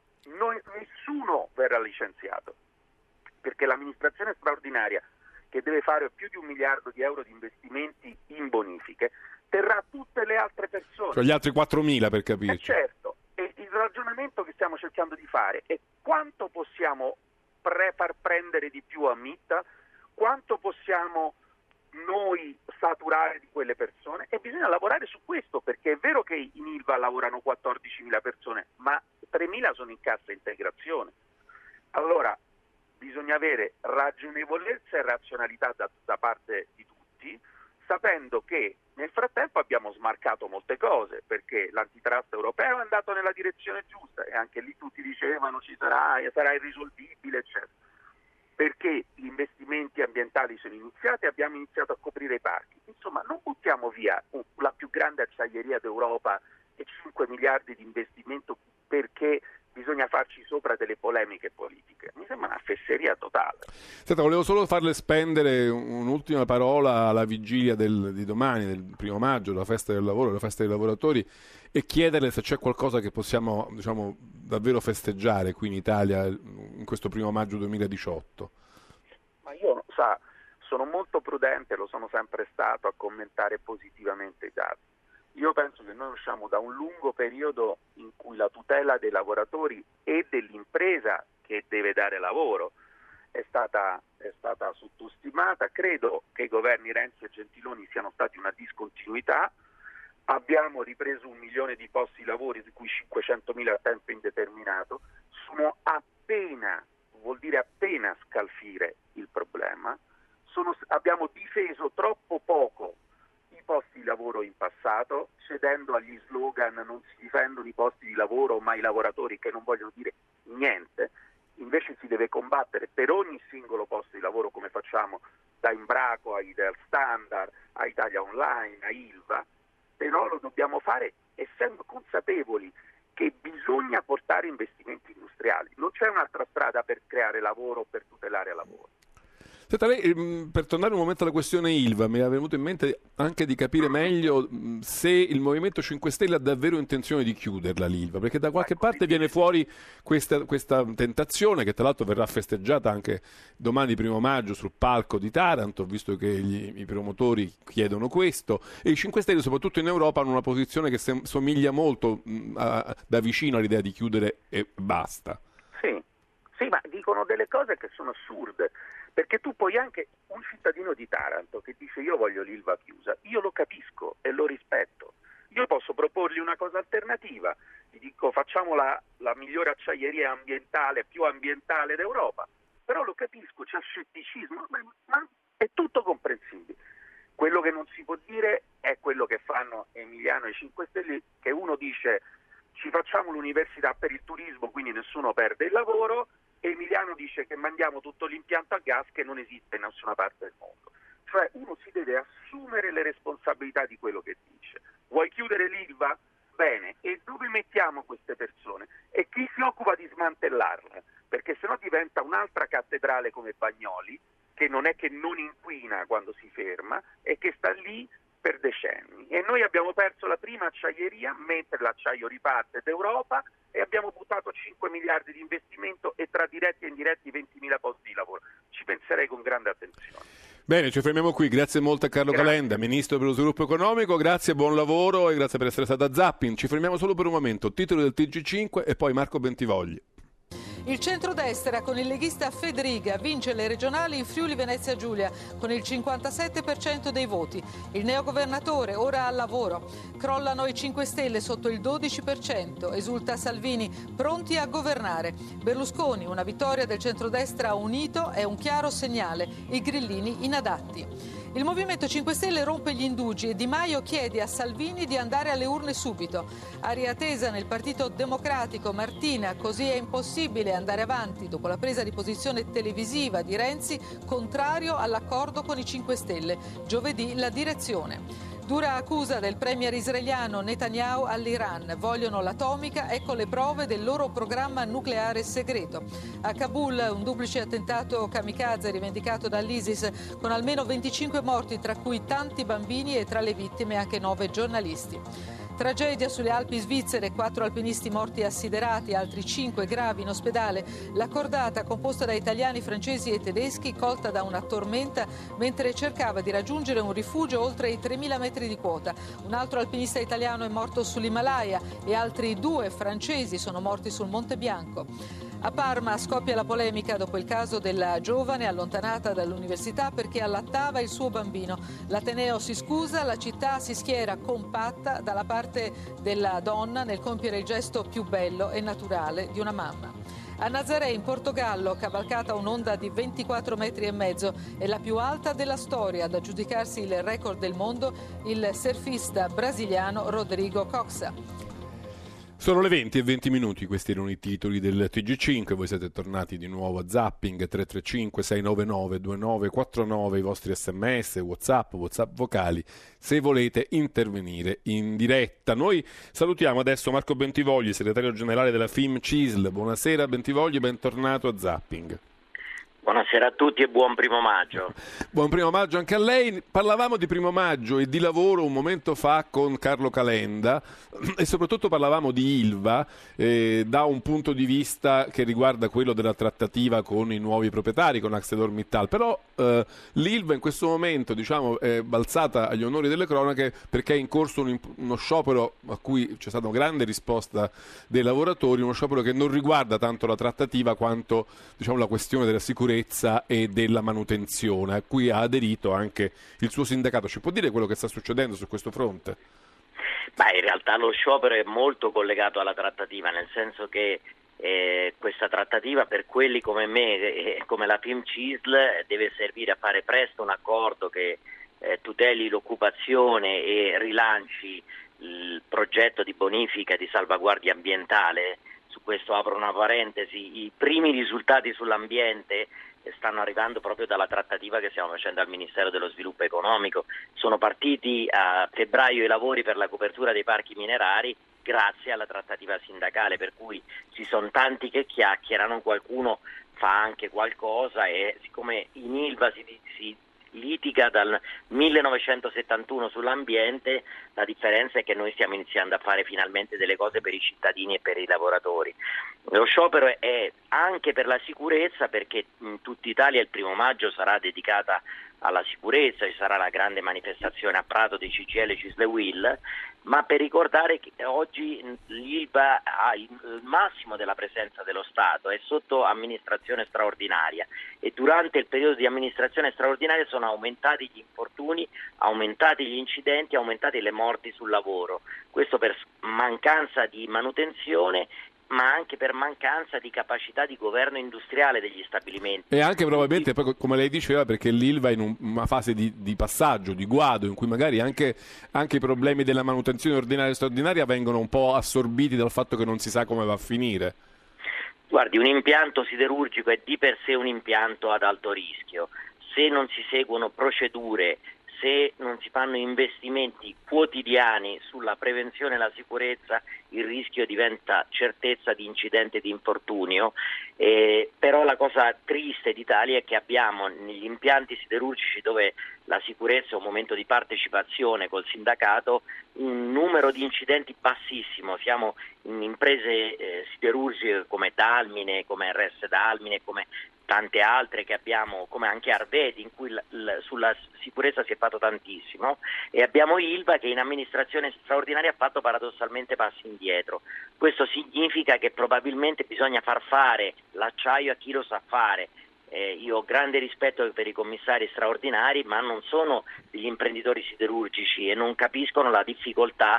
Nessuno verrà licenziato, perché l'amministrazione straordinaria, che deve fare più di 1 miliardo di euro di investimenti in bonifiche, terrà tutte le altre persone. Cioè gli altri 4.000, per capirci. Certo, e il ragionamento che stiamo cercando di fare è quanto possiamo far prendere di più a MIT, quanto possiamo noi saturare di quelle persone, e bisogna lavorare su questo, perché è vero che in Ilva lavorano 14.000 persone, ma 3.000 sono in cassa integrazione. Allora bisogna avere ragionevolezza e razionalità da parte di tutti, sapendo che nel frattempo abbiamo smarcato molte cose, perché l'antitrust europeo è andato nella direzione giusta, e anche lì tutti dicevano sarà irrisolvibile, eccetera. Perché gli investimenti ambientali sono iniziati, abbiamo iniziato a coprire i parchi. Insomma, non buttiamo via la più grande acciaieria d'Europa e 5 miliardi di investimento perché bisogna farci sopra delle polemiche politiche. Mi sembra una fesseria totale. Senta, volevo solo farle spendere un'ultima parola alla vigilia di domani, del 1° maggio, la festa del lavoro, la festa dei lavoratori, e chiederle se c'è qualcosa che possiamo, davvero festeggiare qui in Italia in questo 1° maggio 2018. Ma io, sono molto prudente, lo sono sempre stato, a commentare positivamente i dati. Io penso che noi usciamo da un lungo periodo in cui la tutela dei lavoratori e dell'impresa che deve dare lavoro è stata sottostimata. Credo che i governi Renzi e Gentiloni siano stati una discontinuità. Abbiamo ripreso 1 milione di posti di lavoro, di cui 500.000 a tempo indeterminato. Sono vuol dire appena scalfire il problema. Abbiamo difeso troppo poco i posti di lavoro in passato, cedendo agli slogan non si difendono i posti di lavoro ma i lavoratori, che non vogliono dire niente. Invece si deve combattere per ogni singolo posto di lavoro, come facciamo da Embraco a Ideal Standard, a Italia Online, a Ilva, però lo dobbiamo fare essendo consapevoli che bisogna portare investimenti industriali. Non c'è un'altra strada per creare lavoro o per tutelare il lavoro. Senta, lei, per tornare un momento alla questione Ilva, mi è venuto in mente anche di capire meglio se il Movimento 5 Stelle ha davvero intenzione di chiuderla l'Ilva, perché da qualche parte viene fuori questa tentazione, che tra l'altro verrà festeggiata anche domani 1° maggio sul palco di Taranto, visto che i promotori chiedono questo, e i 5 Stelle soprattutto in Europa hanno una posizione che somiglia molto da vicino all'idea di chiudere e basta. Sì, ma dicono delle cose che sono assurde. Perché tu poi anche un cittadino di Taranto che dice io voglio l'Ilva chiusa, io lo capisco e lo rispetto. Io posso proporgli una cosa alternativa, gli dico facciamo la migliore acciaieria ambientale, più ambientale d'Europa, però lo capisco, c'è scetticismo, ma è tutto comprensibile. Quello che non si può dire è quello che fanno Emiliano e i 5 Stelle, che uno dice ci facciamo l'università per il turismo, quindi nessuno perde il lavoro, e Emiliano dice che mandiamo tutto l'impianto a gas che non esiste in nessuna parte del mondo. Cioè uno si deve assumere le responsabilità di quello che dice. Vuoi chiudere l'Ilva? Bene, e dove mettiamo queste persone? E chi si occupa di smantellarla? Perché sennò diventa un'altra cattedrale come Bagnoli, che non è che non inquina quando si ferma e che sta lì per decenni. E noi abbiamo perso la prima acciaieria mentre l'acciaio riparte d'Europa, e abbiamo buttato 5 miliardi di investimento e tra diretti e indiretti 20.000 posti di lavoro. Ci penserei con grande attenzione. Bene, ci fermiamo qui. Grazie molto a Carlo Calenda, Ministro per lo Sviluppo Economico. Grazie, buon lavoro e grazie per essere stato a Zapping. Ci fermiamo solo per un momento. Titolo del TG5 e poi Marco Bentivogli. Il centrodestra con il leghista Fedriga vince le regionali in Friuli Venezia Giulia con il 57% dei voti. Il neogovernatore ora al lavoro. Crollano i 5 Stelle sotto il 12%. Esulta Salvini, pronti a governare. Berlusconi, una vittoria del centrodestra unito è un chiaro segnale. I grillini inadatti. Il Movimento 5 Stelle rompe gli indugi e Di Maio chiede a Salvini di andare alle urne subito. Aria tesa nel Partito Democratico. Martina, così è impossibile andare avanti dopo la presa di posizione televisiva di Renzi, contrario all'accordo con i 5 Stelle. Giovedì la direzione. Dura accusa del premier israeliano Netanyahu all'Iran. Vogliono l'atomica, ecco le prove del loro programma nucleare segreto. A Kabul un duplice attentato kamikaze rivendicato dall'ISIS con almeno 25 morti, tra cui tanti bambini e tra le vittime anche 9 giornalisti. Tragedia sulle Alpi svizzere, 4 alpinisti morti assiderati, altri 5 gravi in ospedale. La cordata, composta da italiani, francesi e tedeschi, colta da una tormenta mentre cercava di raggiungere un rifugio oltre i 3.000 metri di quota. Un altro alpinista italiano è morto sull'Himalaya e altri 2 francesi sono morti sul Monte Bianco. A Parma scoppia la polemica dopo il caso della giovane allontanata dall'università perché allattava il suo bambino. L'Ateneo si scusa, la città si schiera compatta dalla parte della donna nel compiere il gesto più bello e naturale di una mamma. A Nazaré, in Portogallo, cavalcata un'onda di 24 metri e mezzo, è la più alta della storia. Ad aggiudicarsi il record del mondo il surfista brasiliano Rodrigo Coxa. Sono le 20:20, questi erano i titoli del TG5, voi siete tornati di nuovo a Zapping, 335-699-2949, i vostri sms, whatsapp vocali, se volete intervenire in diretta. Noi salutiamo adesso Marco Bentivogli, segretario generale della FIM CISL. Buonasera Bentivogli, bentornato a Zapping. Buonasera a tutti e buon primo maggio. Buon primo maggio anche a lei. Parlavamo di primo maggio e di lavoro un momento fa con Carlo Calenda e soprattutto parlavamo di Ilva da un punto di vista che riguarda quello della trattativa con i nuovi proprietari, con ArcelorMittal. Però l'Ilva in questo momento, diciamo, è balzata agli onori delle cronache perché è in corso uno sciopero a cui c'è stata una grande risposta dei lavoratori, uno sciopero che non riguarda tanto la trattativa quanto, diciamo, la questione della sicurezza e della manutenzione, a cui ha aderito anche il suo sindacato. Ci può dire quello che sta succedendo su questo fronte? Beh, in realtà lo sciopero è molto collegato alla trattativa, nel senso che questa trattativa per quelli come me, come la FIM CISL, deve servire a fare presto un accordo che tuteli l'occupazione e rilanci il progetto di bonifica e di salvaguardia ambientale. Su questo apro una parentesi: i primi risultati sull'ambiente stanno arrivando proprio dalla trattativa che stiamo facendo al Ministero dello Sviluppo Economico. Sono partiti a febbraio i lavori per la copertura dei parchi minerari grazie alla trattativa sindacale, per cui ci sono tanti che chiacchierano, qualcuno fa anche qualcosa, e siccome in Ilva si litiga dal 1971 sull'ambiente, la differenza è che noi stiamo iniziando a fare finalmente delle cose per i cittadini e per i lavoratori. Lo sciopero è anche per la sicurezza, perché in tutta Italia il 1° maggio sarà dedicata alla sicurezza, ci sarà la grande manifestazione a Prato di CGIL, CISL e UIL, ma per ricordare che oggi l'Ilva ha il massimo della presenza dello Stato, è sotto amministrazione straordinaria, e durante il periodo di amministrazione straordinaria sono aumentati gli infortuni, aumentati gli incidenti, aumentate le morti sul lavoro. Questo per mancanza di manutenzione, ma anche per mancanza di capacità di governo industriale degli stabilimenti. E anche probabilmente, poi, come lei diceva, perché l'Ilva è in una fase di passaggio, di guado, in cui magari anche i problemi della manutenzione ordinaria e straordinaria vengono un po' assorbiti dal fatto che non si sa come va a finire. Guardi, un impianto siderurgico è di per sé un impianto ad alto rischio. Se non si seguono procedure, se non si fanno investimenti quotidiani sulla prevenzione e la sicurezza, il rischio diventa certezza di incidente e di infortunio. Però la cosa triste d'Italia è che abbiamo negli impianti siderurgici, dove la sicurezza è un momento di partecipazione col sindacato, un numero di incidenti bassissimo. Siamo in imprese siderurgiche come Dalmine, come RS Dalmine, come tante altre che abbiamo, come anche Arvedi, in cui sulla sicurezza si è fatto tantissimo, e abbiamo Ilva che in amministrazione straordinaria ha fatto paradossalmente passi indietro. Questo significa che probabilmente bisogna far fare l'acciaio a chi lo sa fare. Io ho grande rispetto per i commissari straordinari, ma non sono degli imprenditori siderurgici e non capiscono la difficoltà.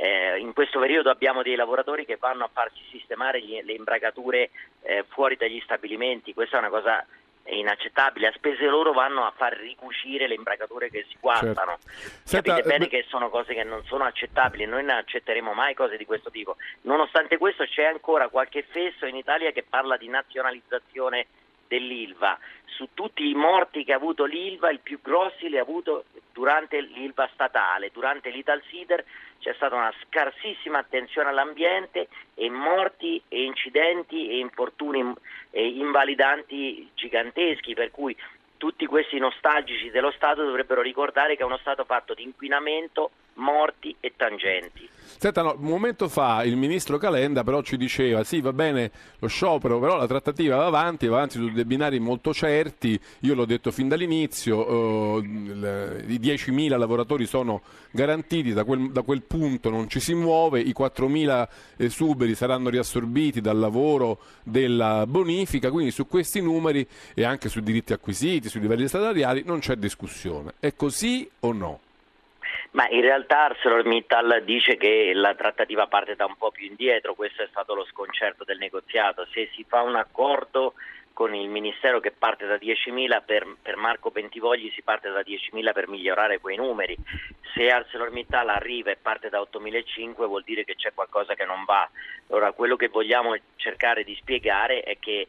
In questo periodo abbiamo dei lavoratori che vanno a farsi sistemare le imbragature fuori dagli stabilimenti. Questa è una cosa inaccettabile. A spese loro vanno a far ricucire le imbragature che si guardano. Certo. Capite bene che sono cose che non sono accettabili. Noi non accetteremo mai cose di questo tipo. Nonostante questo c'è ancora qualche fesso in Italia che parla di nazionalizzazione dell'Ilva. Su tutti i morti che ha avuto l'Ilva, il più grossi li ha avuto durante l'Ilva statale, durante l'Italsider c'è stata una scarsissima attenzione all'ambiente e morti e incidenti e infortuni e invalidanti giganteschi, per cui tutti questi nostalgici dello Stato dovrebbero ricordare che è uno Stato fatto di inquinamento, morti e tangenti. Senta, un momento fa il ministro Calenda però ci diceva sì, va bene lo sciopero, però la trattativa va avanti su dei binari molto certi. Io l'ho detto fin dall'inizio, i 10.000 lavoratori sono garantiti, da quel punto non ci si muove, i 4.000 esuberi saranno riassorbiti dal lavoro della bonifica, quindi su questi numeri e anche sui diritti acquisiti, sui livelli salariali non c'è discussione. È così o no? Ma in realtà ArcelorMittal dice che la trattativa parte da un po' più indietro, questo è stato lo sconcerto del negoziato. Se si fa un accordo con il Ministero che parte da 10.000, per Marco Bentivogli si parte da 10.000 per migliorare quei numeri. Se ArcelorMittal arriva e parte da 8.500 vuol dire che c'è qualcosa che non va. Allora quello che vogliamo cercare di spiegare è che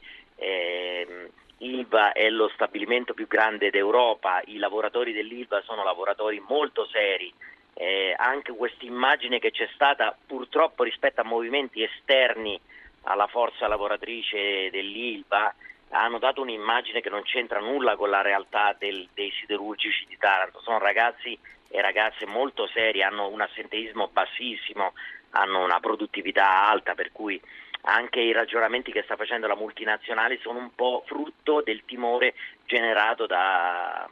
Ilva è lo stabilimento più grande d'Europa, i lavoratori dell'Ilva sono lavoratori molto seri, anche questa immagine che c'è stata purtroppo rispetto a movimenti esterni alla forza lavoratrice dell'Ilva hanno dato un'immagine che non c'entra nulla con la realtà dei siderurgici di Taranto. Sono ragazzi e ragazze molto seri, hanno un assenteismo bassissimo, hanno una produttività alta, per cui anche i ragionamenti che sta facendo la multinazionale sono un po' frutto del timore generato da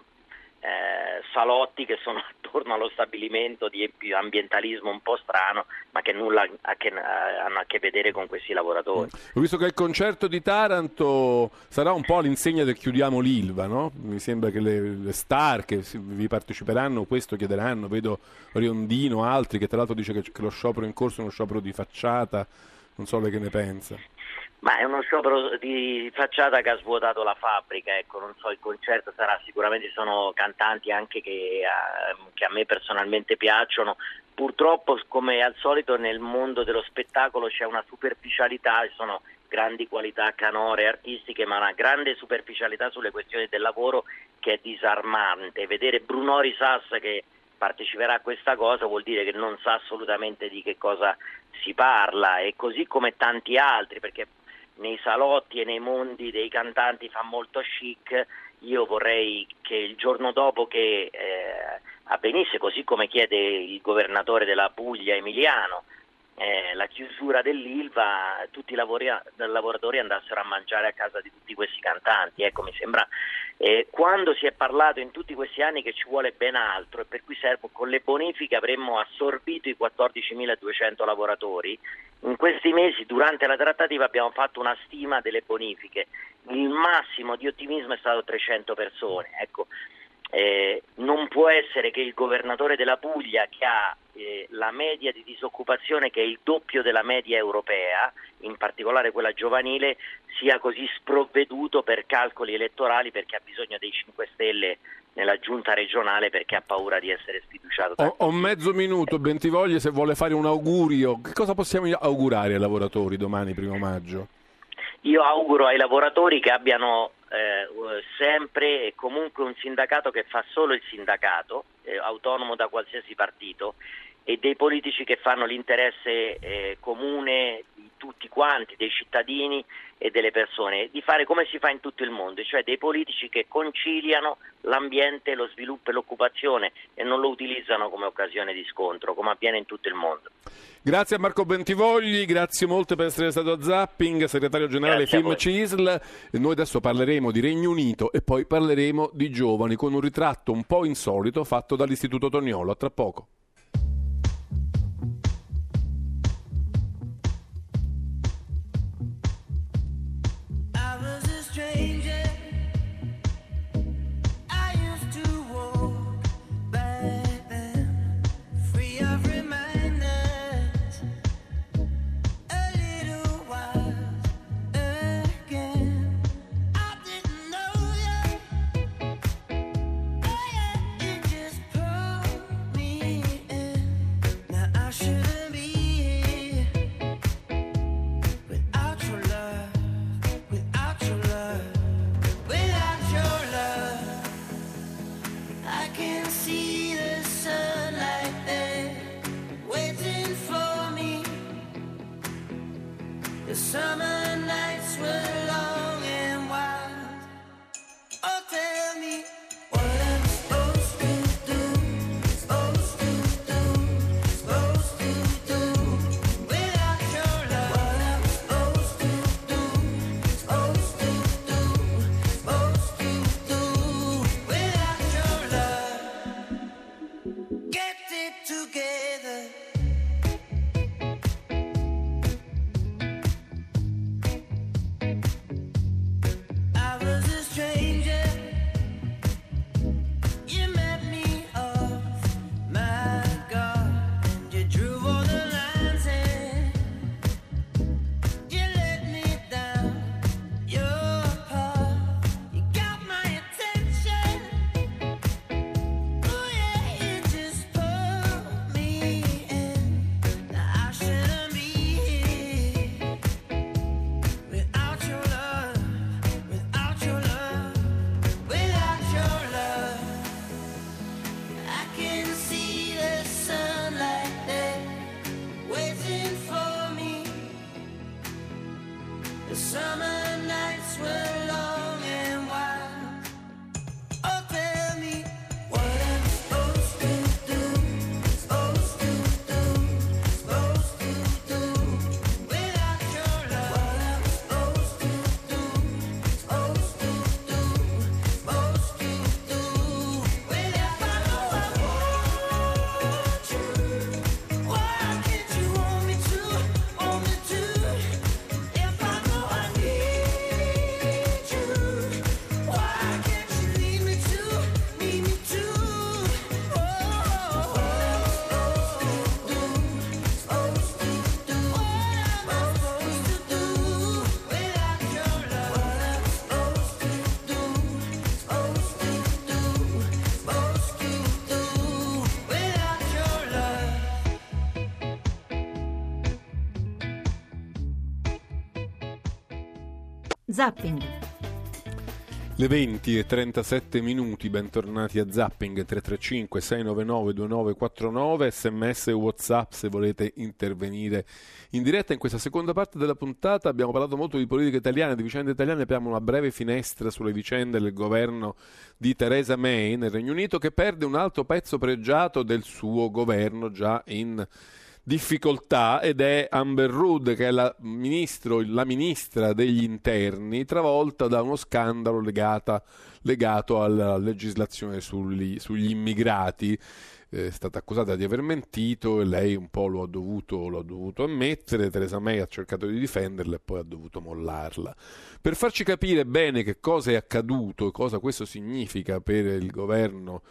salotti che sono attorno allo stabilimento di ambientalismo un po' strano, ma che nulla hanno a che vedere con questi lavoratori. Ho visto che il concerto di Taranto sarà un po' all'insegna del chiudiamo l'Ilva, no? Mi sembra che le star che vi parteciperanno questo chiederanno, vedo Riondino, altri, che tra l'altro dice che lo sciopero in corso è uno sciopero di facciata. Non so lei che ne pensa. Ma è uno sciopero di facciata che ha svuotato la fabbrica, ecco, non so, il concerto sarà, sicuramente sono cantanti anche che a me personalmente piacciono. Purtroppo, come al solito nel mondo dello spettacolo c'è una superficialità, sono grandi qualità canore artistiche, ma una grande superficialità sulle questioni del lavoro che è disarmante. Vedere Brunori Sass che parteciperà a questa cosa vuol dire che non sa assolutamente di che cosa si parla, e così come tanti altri, perché nei salotti e nei mondi dei cantanti fa molto chic. Io vorrei che il giorno dopo che avvenisse, così come chiede il governatore della Puglia Emiliano, la chiusura dell'Ilva, tutti i lavoratori andassero a mangiare a casa di tutti questi cantanti. Ecco, mi sembra quando si è parlato in tutti questi anni che ci vuole ben altro, e per cui con le bonifiche avremmo assorbito i 14.200 lavoratori. In questi mesi, durante la trattativa, abbiamo fatto una stima delle bonifiche, il massimo di ottimismo è stato 300 persone. Ecco, non può essere che il governatore della Puglia, che ha la media di disoccupazione che è il doppio della media europea, in particolare quella giovanile, sia così sprovveduto per calcoli elettorali, perché ha bisogno dei 5 Stelle nella giunta regionale, perché ha paura di essere sfiduciato. Ho mezzo minuto, Bentivogli, se vuole fare un augurio, che cosa possiamo augurare ai lavoratori domani, 1° maggio? Io auguro ai lavoratori che abbiano sempre e comunque un sindacato che fa solo il sindacato, autonomo da qualsiasi partito, e dei politici che fanno l'interesse comune di tutti quanti, dei cittadini e delle persone, di fare come si fa in tutto il mondo, cioè dei politici che conciliano l'ambiente, lo sviluppo e l'occupazione e non lo utilizzano come occasione di scontro, come avviene in tutto il mondo. Grazie a Marco Bentivogli, grazie molto per essere stato a Zapping, segretario generale Film CISL. Noi adesso parleremo di Regno Unito e poi parleremo di giovani con un ritratto un po' insolito fatto dall'Istituto Toniolo. A tra poco. See sunlight there, waiting for me. The summer nights were long and wild. Oh, tell me what I'm supposed to do, supposed to do, supposed to do without your love. What I'm supposed to do, supposed to do, supposed to do without your love. Get it together. I was a stranger. You met me off my guard, and you drew all the lines and you let me down your path. You got my attention. Oh yeah, you just pulled me in. Now I shouldn't be here without your love, without your love, without your love. I can see the sunlight there, waiting for me. The summer nights were long and wild. Oh, tell me what I'm supposed to do, supposed to do, supposed to do without your love. What I'm supposed to do, supposed to do, supposed to do without your love. I want you. Why can't you want me to, want me to? If I know I need you, why can't you lead me to, lead me to? Oh, what I'm supposed to do, supposed to do, what am I supposed to do without your love? What I'm supposed to do, supposed to do, supposed to do without your love. Zapping. Le 20:37, bentornati a Zapping. 335 699 2949, sms e WhatsApp se volete intervenire in diretta. In questa seconda parte della puntata abbiamo parlato molto di politica italiana, di vicende italiane. Apriamo una breve finestra sulle vicende del governo di Theresa May nel Regno Unito, che perde un altro pezzo pregiato del suo governo già in difficoltà, ed è Amber Rudd, che è la ministra degli interni, travolta da uno scandalo legato alla legislazione sugli immigrati. È stata accusata di aver mentito e lei un po' lo ha dovuto ammettere. Theresa May ha cercato di difenderla e poi ha dovuto mollarla. Per farci capire bene che cosa è accaduto e cosa questo significa per il governo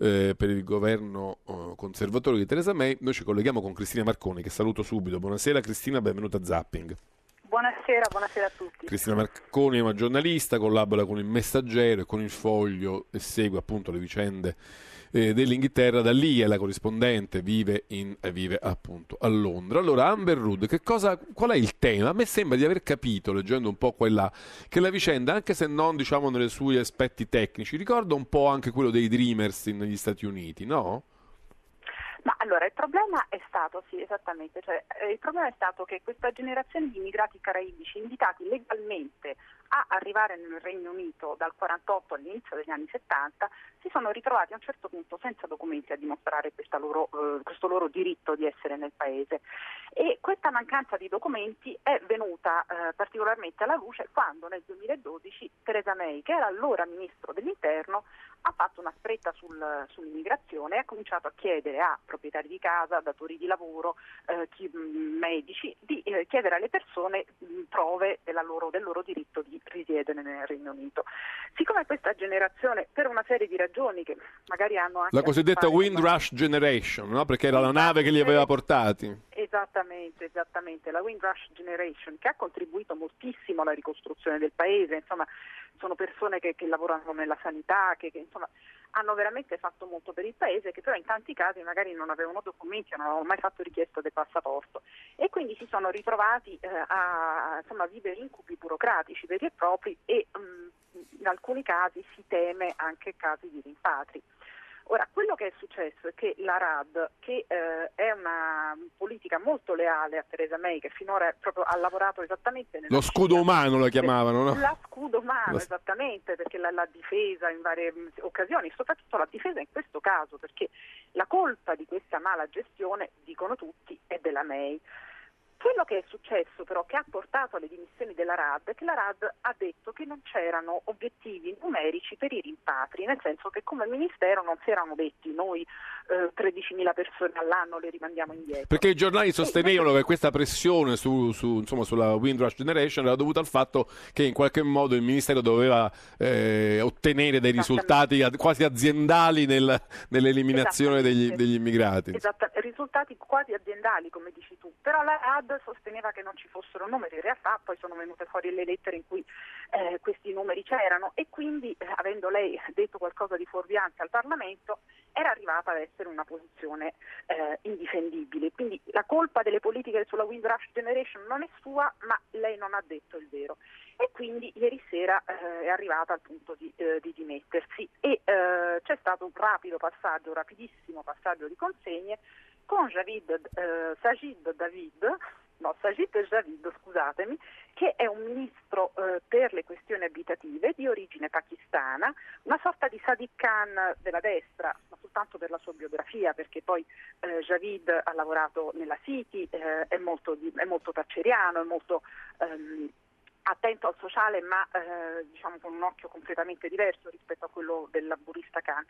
conservatore di Theresa May, noi ci colleghiamo con Cristina Marconi, che saluto subito. Buonasera Cristina, benvenuta a Zapping. Buonasera a tutti. Cristina Marconi è una giornalista, collabora con Il Messaggero e con Il Foglio e segue appunto le vicende dell'Inghilterra. Da lì è la corrispondente, vive appunto a Londra. Allora, Amber Rudd, qual è il tema? A me sembra di aver capito, leggendo un po' qua e là, che la vicenda, anche se non diciamo nei suoi aspetti tecnici, ricorda un po' anche quello dei Dreamers negli Stati Uniti, no? Ma allora il problema è stato, sì, esattamente, il problema è stato che questa generazione di immigrati caraibici invitati legalmente a arrivare nel Regno Unito dal 48 all'inizio degli anni 70 si sono ritrovati a un certo punto senza documenti a dimostrare questo loro diritto di essere nel paese, e questa mancanza di documenti è venuta particolarmente alla luce quando nel 2012 Theresa May, che era allora ministro dell'interno, ha fatto una stretta sull'immigrazione e ha cominciato a chiedere a proprietari di casa, datori di lavoro, medici, di chiedere alle persone prove del loro diritto di risiedere nel Regno Unito. Siccome questa generazione, per una serie di ragioni che magari hanno anche... La cosiddetta Windrush Generation, no? Perché era la nave che li aveva portati. Esattamente, la Windrush Generation, che ha contribuito moltissimo alla ricostruzione del paese, insomma, sono persone che lavorano nella sanità, che insomma hanno veramente fatto molto per il paese, che però in tanti casi magari non avevano documenti, non avevano mai fatto richiesta del passaporto, e quindi si sono ritrovati a vivere incubi burocratici veri e propri, e in alcuni casi si teme anche casi di rimpatri. Ora, quello che è successo è che la RAD, che è una politica molto leale a Theresa May, che finora proprio ha lavorato esattamente lo scudo umano lo chiamavano, no? La scudo umano, esattamente, perché l'ha difesa in varie occasioni, soprattutto l'ha difesa in questo caso, perché la colpa di questa mala gestione, dicono tutti, è della May. Quello che è successo però, che ha portato alle dimissioni della RAD, è che la RAD ha detto che non c'erano obiettivi numerici per i rimpatri, nel senso che come Ministero non si erano detti noi 13.000 persone all'anno le rimandiamo indietro. Perché i giornali sostenevano che questa pressione insomma, sulla Windrush Generation era dovuta al fatto che in qualche modo il Ministero doveva ottenere dei risultati quasi aziendali nell'eliminazione degli immigrati. Esatto, risultati quasi aziendali, come dici tu, però la RAD sosteneva che non ci fossero numeri, in realtà poi sono venute fuori le lettere in cui questi numeri c'erano, e quindi avendo lei detto qualcosa di fuorviante al Parlamento era arrivata ad essere una posizione indifendibile. Quindi la colpa delle politiche sulla Windrush Generation non è sua, ma lei non ha detto il vero, e quindi ieri sera è arrivata al punto di dimettersi, e c'è stato un rapidissimo passaggio di consegne con Sajid Javid, scusatemi, che è un ministro per le questioni abitative di origine pakistana, una sorta di Sadiq Khan della destra, ma soltanto per la sua biografia, perché poi Javid ha lavorato nella City, è molto thatcheriano, è molto attento al sociale, ma diciamo con un occhio completamente diverso rispetto a quello del laburista Khan.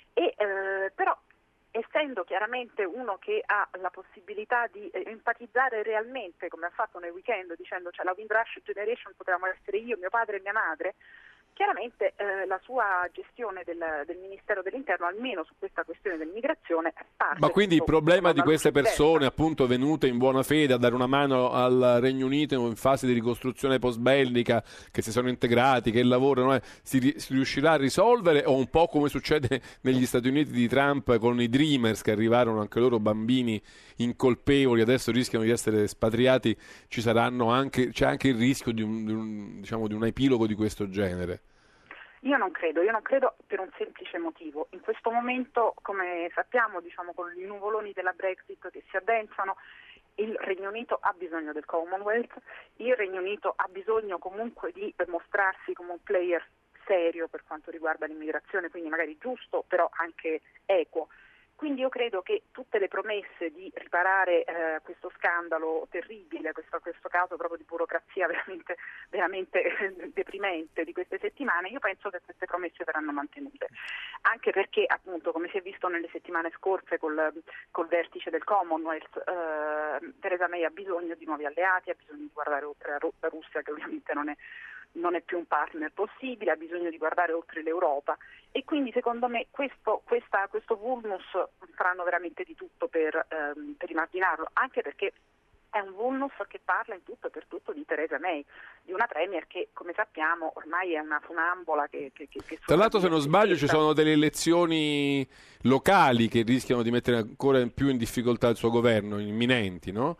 Però essendo chiaramente uno che ha la possibilità di empatizzare realmente, come ha fatto nel weekend, dicendo la Windrush Generation potevamo essere io, mio padre e mia madre, chiaramente la sua gestione del Ministero dell'Interno, almeno su questa questione dell'immigrazione, parte. Ma quindi il problema di queste persone, appunto venute in buona fede a dare una mano al Regno Unito in fase di ricostruzione post-bellica, che si sono integrati, che lavorano, si riuscirà a risolvere, o un po' come succede negli Stati Uniti di Trump con i Dreamers, che arrivarono anche loro bambini incolpevoli, adesso rischiano di essere espatriati, c'è anche il rischio di un epilogo di questo genere? Io non credo per un semplice motivo. In questo momento, come sappiamo, con i nuvoloni della Brexit che si addensano, il Regno Unito ha bisogno del Commonwealth, il Regno Unito ha bisogno comunque di mostrarsi come un player serio per quanto riguarda l'immigrazione, quindi magari giusto, però anche equo. Quindi io credo che tutte le promesse di riparare questo scandalo terribile, questo caso proprio di burocrazia veramente, veramente deprimente di queste settimane, io penso che queste promesse verranno mantenute. Anche perché, appunto, come si è visto nelle settimane scorse col vertice del Commonwealth, Theresa May ha bisogno di nuovi alleati, ha bisogno di guardare oltre la Russia, che ovviamente non è più un partner possibile, ha bisogno di guardare oltre l'Europa, e quindi secondo me questo vulnus faranno veramente di tutto per rimarginarlo, anche perché è un vulnus che parla in tutto e per tutto di Theresa May, di una premier che, come sappiamo, ormai è una funambola che tra l'altro, se non sbaglio, ci sono delle elezioni locali che rischiano di mettere ancora più in difficoltà il suo governo, imminenti, no?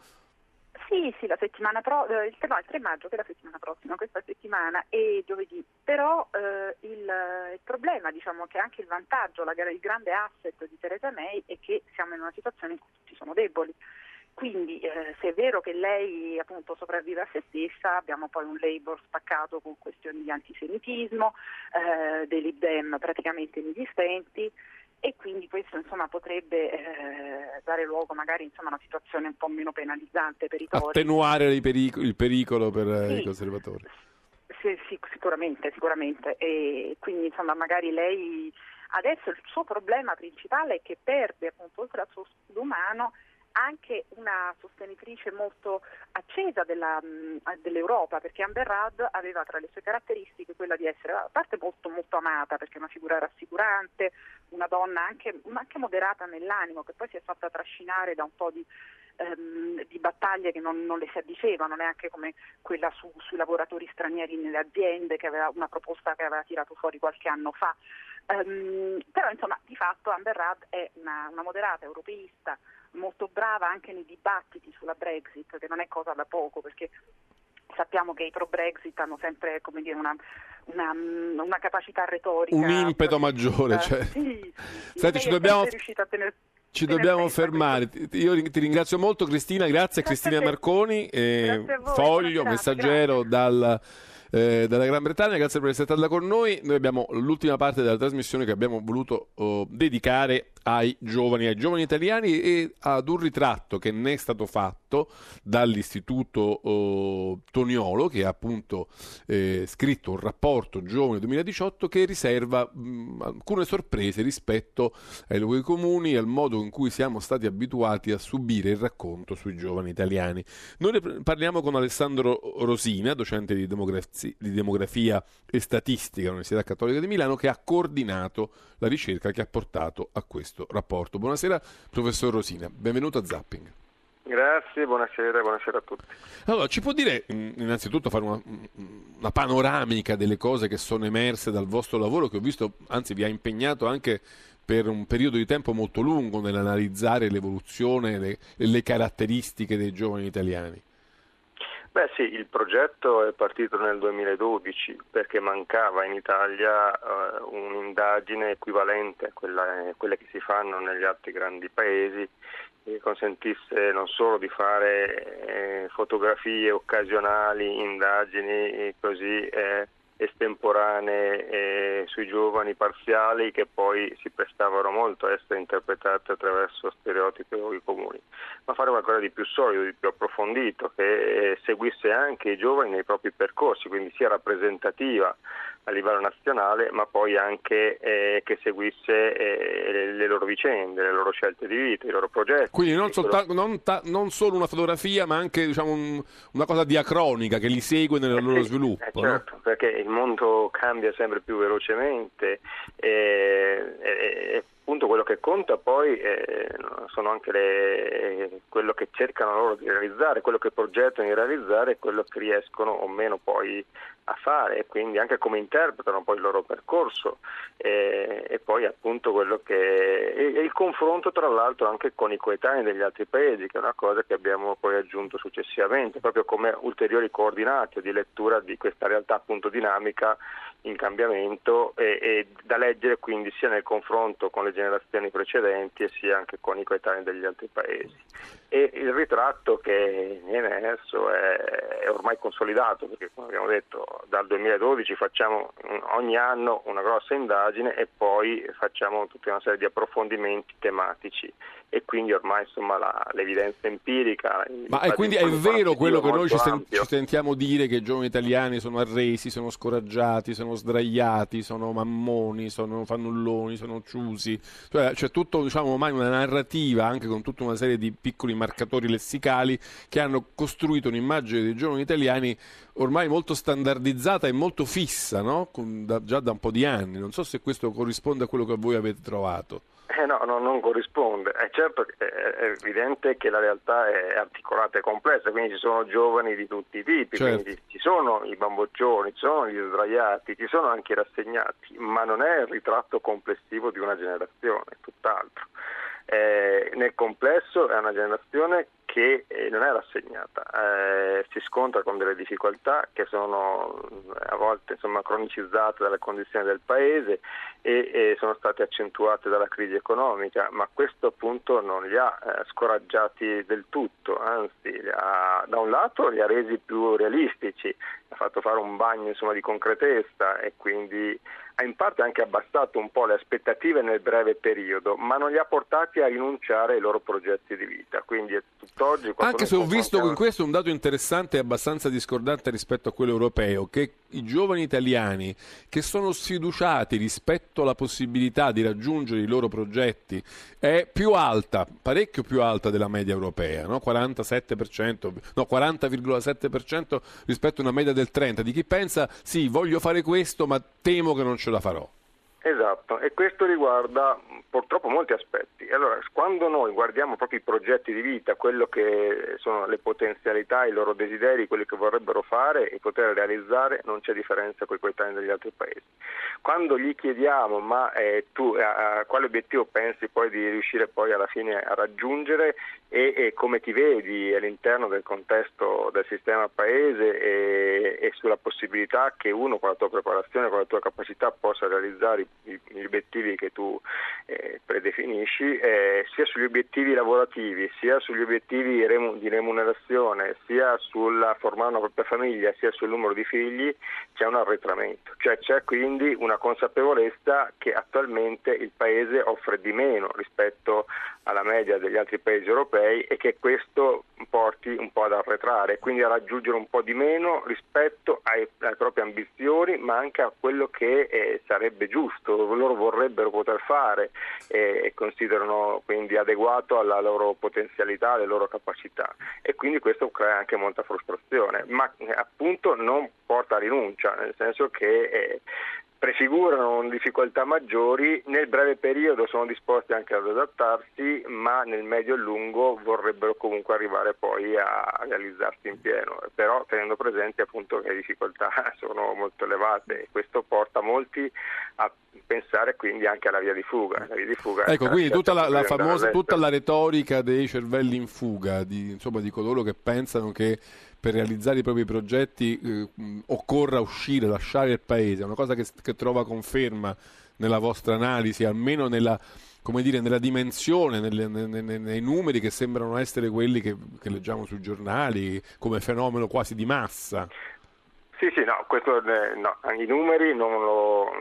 Sì, la settimana il 3 maggio, che è la settimana prossima, questa settimana e giovedì. Però il problema, che anche il vantaggio, il grande asset di Theresa May è che siamo in una situazione in cui tutti sono deboli. Quindi se è vero che lei appunto sopravvive a se stessa, abbiamo poi un Labour spaccato con questioni di antisemitismo, dei Lib Dem praticamente inesistenti, e quindi questo potrebbe dare luogo magari a una situazione un po' meno penalizzante per i Tory. Attenuare il pericolo per i conservatori. Sì, sicuramente. E quindi magari lei adesso il suo problema principale è che perde, appunto, oltre al suo scudo umano, anche una sostenitrice molto accesa dell'Europa, perché Amber Rudd aveva tra le sue caratteristiche quella di essere, a parte molto molto amata, perché è una figura rassicurante, una donna anche moderata nell'animo, che poi si è fatta trascinare da un po' di battaglie che non le si addicevano, neanche come quella sui lavoratori stranieri nelle aziende, che aveva una proposta che aveva tirato fuori qualche anno fa. Però di fatto Amber Rudd è una moderata europeista, molto brava anche nei dibattiti sulla Brexit, che non è cosa da poco, perché Sappiamo che i pro-Brexit hanno sempre, come dire, una capacità retorica. Un impeto maggiore. Cioè. Sì. Senti, ci dobbiamo fermare. Io ti ringrazio molto, Cristina. Grazie a Cristina Marconi, Foglio, Messaggero dalla Gran Bretagna. Grazie per essere stata con noi. Noi abbiamo l'ultima parte della trasmissione che abbiamo voluto dedicare ai giovani italiani e ad un ritratto che ne è stato fatto dall'Istituto Toniolo, che ha appunto scritto un rapporto Giovani 2018 che riserva alcune sorprese rispetto ai luoghi comuni e al modo in cui siamo stati abituati a subire il racconto sui giovani italiani. Noi ne parliamo con Alessandro Rosina, docente di demografia e statistica all'Università Cattolica di Milano, che ha coordinato la ricerca che ha portato a questo rapporto. Buonasera professor Rosina, benvenuto a Zapping. Grazie, buonasera a tutti. Allora, ci può dire innanzitutto fare una panoramica delle cose che sono emerse dal vostro lavoro, che ho visto, anzi vi ha impegnato anche per un periodo di tempo molto lungo nell'analizzare l'evoluzione e le caratteristiche dei giovani italiani? Beh sì, il progetto è partito nel 2012 perché mancava in Italia un'indagine equivalente a quelle che si fanno negli altri grandi paesi, che consentisse non solo di fare fotografie occasionali, indagini così estemporanee sui giovani parziali che poi si prestavano molto a essere interpretate attraverso stereotipi e luoghi comuni, ma fare qualcosa di più solido, di più approfondito, che seguisse anche i giovani nei propri percorsi, quindi sia rappresentativa a livello nazionale, ma poi anche che seguisse le loro vicende, le loro scelte di vita, i loro progetti. Quindi non solo una fotografia, ma anche una cosa diacronica che li segue nel loro sviluppo. Certo, no? Perché il mondo cambia sempre più velocemente e appunto quello che conta poi sono anche quello che cercano loro di realizzare, quello che progettano di realizzare e quello che riescono o meno poi a fare, e quindi anche come interpretano poi il loro percorso e poi appunto quello che e il confronto tra l'altro anche con i coetanei degli altri paesi, che è una cosa che abbiamo poi aggiunto successivamente proprio come ulteriori coordinate di lettura di questa realtà appunto dinamica in cambiamento e da leggere quindi sia nel confronto con le generazioni precedenti e sia anche con i coetanei degli altri paesi. E il ritratto che ne è emerso è ormai consolidato, perché come abbiamo detto dal 2012 facciamo ogni anno una grossa indagine e poi facciamo tutta una serie di approfondimenti tematici e quindi ormai insomma l'evidenza empirica. Ma quindi è vero quello che noi ci sentiamo dire, che i giovani italiani sono arresi, sono scoraggiati, sono sdraiati, sono mammoni, sono fannulloni, sono ciusi, cioè c'è tutto ormai una narrativa anche con tutta una serie di piccoli marcatori lessicali che hanno costruito un'immagine dei giovani italiani ormai molto standardizzata e molto fissa, no? Già da un po' di anni. Non so se questo corrisponde a quello che voi avete trovato. No, non corrisponde. È certo che è evidente che la realtà è articolata e complessa, quindi ci sono giovani di tutti i tipi, certo. Quindi ci sono i bamboccioni, ci sono gli sdraiati, ci sono anche i rassegnati, ma non è il ritratto complessivo di una generazione, tutt'altro. Nel complesso è una generazione che non è rassegnata, si scontra con delle difficoltà che sono a volte cronicizzate dalle condizioni del paese e sono state accentuate dalla crisi economica, ma questo appunto non li ha scoraggiati del tutto, anzi da un lato li ha resi più realistici, ha fatto fare un bagno di concretezza e quindi ha in parte anche abbassato un po' le aspettative nel breve periodo, ma non li ha portati a rinunciare ai loro progetti di vita. Quindi tutt'oggi, anche se ho visto in questo un dato interessante e abbastanza discordante rispetto a quello europeo, che i giovani italiani che sono sfiduciati rispetto alla possibilità di raggiungere i loro progetti è più alta, parecchio più alta della media europea, no? 40,7% rispetto a una media del 30%, di chi pensa sì, voglio fare questo ma temo che non ce la farò. Esatto, e questo riguarda purtroppo molti aspetti. Allora, quando noi guardiamo proprio i progetti di vita, quello che sono le potenzialità, i loro desideri, quelli che vorrebbero fare e poter realizzare, non c'è differenza con i coetanei degli altri paesi. Quando gli chiediamo ma tu a quale obiettivo pensi poi di riuscire riuscire poi alla fine a raggiungere e come ti vedi all'interno del contesto del sistema paese e sulla possibilità che uno con la tua preparazione, con la tua capacità possa realizzare gli obiettivi che tu predefinisci, sia sugli obiettivi lavorativi, sia sugli obiettivi di remunerazione, sia sulla formare una propria famiglia, sia sul numero di figli, c'è un arretramento, cioè c'è quindi una consapevolezza che attualmente il Paese offre di meno rispetto alla media degli altri paesi europei e che questo porti un po' ad arretrare, quindi a raggiungere un po' di meno rispetto alle proprie ambizioni, ma anche a quello che sarebbe giusto, loro vorrebbero poter fare e considerano quindi adeguato alla loro potenzialità, alle loro capacità, e quindi questo crea anche molta frustrazione, ma appunto non porta a rinuncia, nel senso che prefigurano difficoltà maggiori, nel breve periodo sono disposti anche ad adattarsi, ma nel medio e lungo vorrebbero comunque arrivare poi a realizzarsi in pieno, però tenendo presente appunto che le difficoltà sono molto elevate e questo porta molti a pensare quindi anche alla via di fuga. La via di fuga ecco, quindi tutta la famosa, tutta la retorica dei cervelli in fuga, di coloro che pensano che per realizzare i propri progetti occorra uscire, lasciare il paese, è una cosa che trova conferma nella vostra analisi, almeno nella dimensione, nei numeri che sembrano essere quelli che leggiamo sui giornali come fenomeno quasi di massa. Sì, no, questo no, i numeri non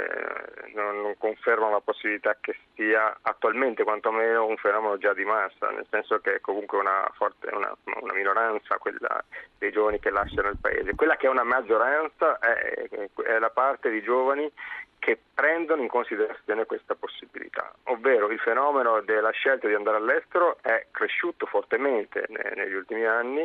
confermano la possibilità che sia attualmente quantomeno un fenomeno già di massa, nel senso che è comunque una minoranza quella dei giovani che lasciano il paese. Quella che è una maggioranza è la parte di giovani che prendono in considerazione questa possibilità, ovvero il fenomeno della scelta di andare all'estero è cresciuto fortemente negli ultimi anni,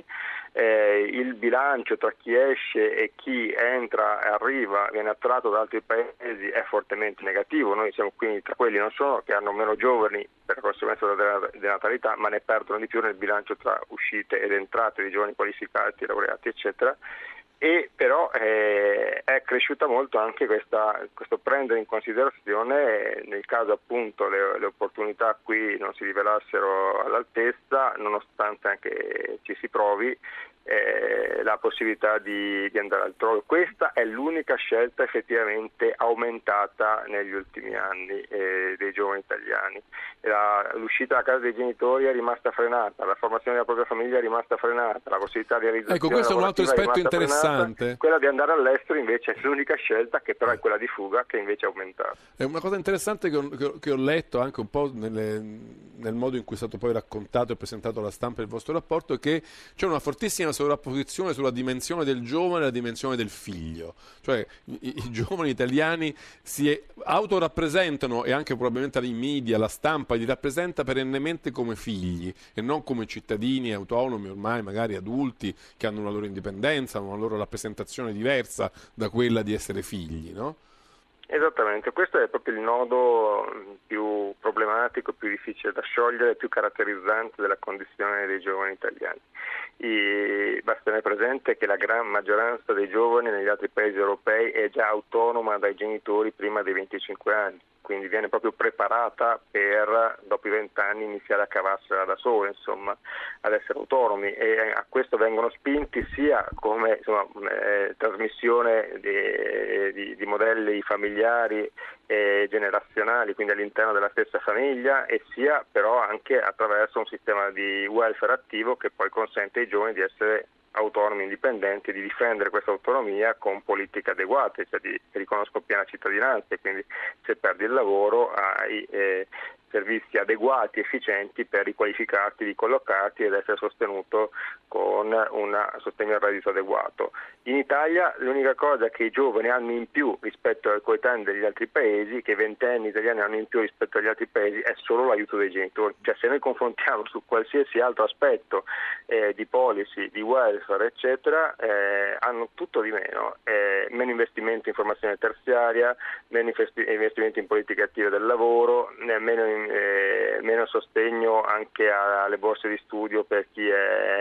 il bilancio tra chi esce e chi entra e arriva, viene attratto da altri paesi, è fortemente negativo. Noi siamo quindi tra quelli non solo che hanno meno giovani per conseguenza della denatalità, ma ne perdono di più nel bilancio tra uscite ed entrate di giovani qualificati, laureati eccetera. E però è cresciuta molto anche questo prendere in considerazione, nel caso appunto le opportunità qui non si rivelassero all'altezza, nonostante anche ci si provi, la possibilità di andare altrove. Questa è l'unica scelta effettivamente aumentata negli ultimi anni dei giovani italiani. L'uscita da casa dei genitori è rimasta frenata, la formazione della propria famiglia è rimasta frenata, la possibilità di realizzazione ecco, questo è un altro aspetto interessante. Quella di andare all'estero invece è l'unica scelta, che però è quella di fuga, che invece è aumentata. È una cosa interessante che ho letto anche un po' nel modo in cui è stato poi raccontato e presentato alla stampa il vostro rapporto, è che c'è una fortissima sovrapposizione sulla dimensione del giovane e la dimensione del figlio, cioè i giovani italiani si autorappresentano, e anche probabilmente i media, la stampa li rappresenta perennemente come figli e non come cittadini autonomi ormai magari adulti che hanno una loro indipendenza, una loro rappresentazione diversa da quella di essere figli, no? Esattamente, questo è proprio il nodo più problematico, più difficile da sciogliere, più caratterizzante della condizione dei giovani italiani. Basta tenere presente che la gran maggioranza dei giovani negli altri paesi europei è già autonoma dai genitori prima dei 25 anni, quindi viene proprio preparata per, dopo i 20 anni, iniziare a cavarsela da sole, insomma, ad essere autonomi, e a questo vengono spinti sia come trasmissione di modelli familiari e generazionali, quindi all'interno della stessa famiglia, e sia però anche attraverso un sistema di welfare attivo che poi consente ai giovani di essere autonomi, indipendenti, di difendere questa autonomia con politiche adeguate, cioè di riconosco piena cittadinanza, e quindi se perdi il lavoro hai servizi adeguati, efficienti per riqualificarti, ricollocarti ed essere sostenuto con un sostegno al reddito adeguato. In Italia l'unica cosa che i giovani hanno in più rispetto ai coetanei degli altri paesi, che i ventenni italiani hanno in più rispetto agli altri paesi, è solo l'aiuto dei genitori. Cioè se noi confrontiamo su qualsiasi altro aspetto di policy, di welfare eccetera, hanno tutto di meno, meno investimenti in formazione terziaria, meno investimenti in politiche attive del lavoro, meno sostegno anche alle borse di studio per chi è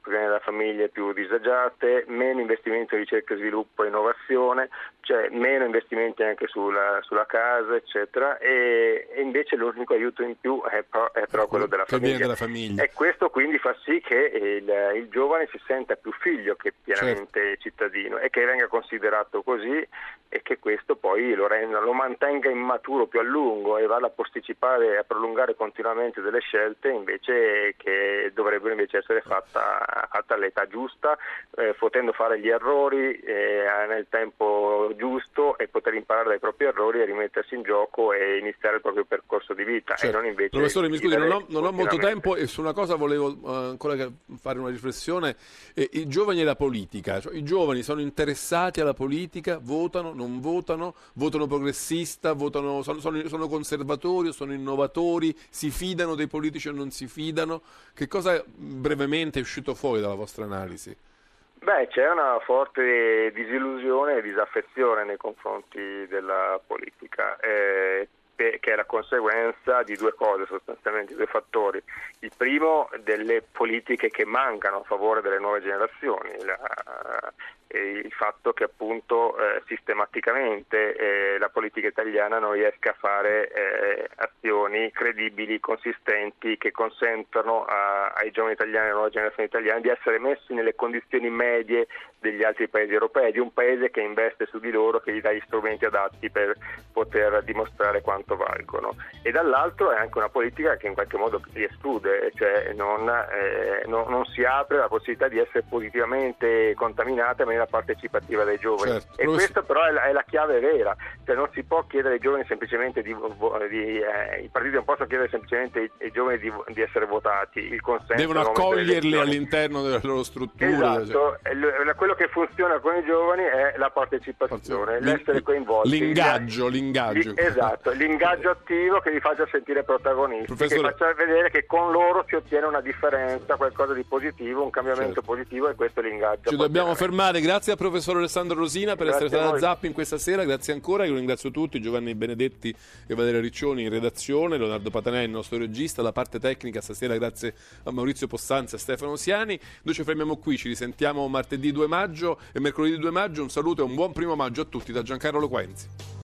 proviene da famiglie più disagiate, meno investimenti in ricerca, sviluppo e innovazione, cioè meno investimenti anche sulla casa, eccetera, e invece l'unico aiuto in più è però quello della famiglia. E questo quindi fa sì che il giovane si senta più figlio che pienamente cittadino, e che venga considerato così, e che questo poi lo mantenga immaturo più a lungo e vada a posticipare e a prolungare continuamente delle scelte invece che dovrebbero invece essere fatta all'età giusta, potendo fare gli errori nel tempo giusto e poter imparare dai propri errori e rimettersi in gioco e iniziare il proprio percorso di vita. E non invece Professore, mi scusi, non ho molto tempo, e su una cosa volevo ancora fare una riflessione. I giovani e la politica, cioè, i giovani sono interessati alla politica, votano, non votano, votano progressista, sono conservatori o sono innovatori, si fidano dei politici o non si fidano? Che cosa brevemente è uscito fuori dalla vostra analisi? C'è una forte disillusione e disaffezione nei confronti della politica, che è la conseguenza di due cose, sostanzialmente due fattori. Il primo, delle politiche che mancano a favore delle nuove generazioni, il fatto che appunto sistematicamente la politica italiana non riesca a fare azioni credibili, consistenti, che consentano ai giovani italiani, alle nuove generazioni italiane, di essere messi nelle condizioni medie degli altri paesi europei, di un paese che investe su di loro, che gli dà gli strumenti adatti per poter dimostrare quanto valgono. E dall'altro è anche una politica che in qualche modo li esclude, cioè non si apre la possibilità di essere positivamente contaminata in maniera partecipativa dai giovani. Certo. E questa però è la chiave vera, cioè non si può chiedere ai giovani semplicemente i partiti non possono chiedere semplicemente ai giovani di essere votati, il consenso, devono accoglierli all'interno delle loro strutture. Esatto, quello che funziona con i giovani è la partecipazione, l'essere coinvolti, l'ingaggio. Esatto, l'ingaggio attivo che li faccia sentire protagonisti, che faccia vedere che con loro si ottiene una differenza, qualcosa di positivo, un cambiamento positivo, e questo è l'ingaggio. Ci dobbiamo fermare. Grazie al professor Alessandro Rosina per essere stato a Zapping questa sera, grazie ancora. Io ringrazio tutti, Giovanni Benedetti e Valeria Riccioni in redazione, Leonardo Patanè il nostro regista, la parte tecnica stasera grazie a Maurizio Possanza e Stefano Siani. Noi ci fermiamo qui, ci risentiamo martedì 2 maggio e mercoledì 2 maggio. Un saluto e un buon 1° maggio a tutti da Giancarlo Quenzi.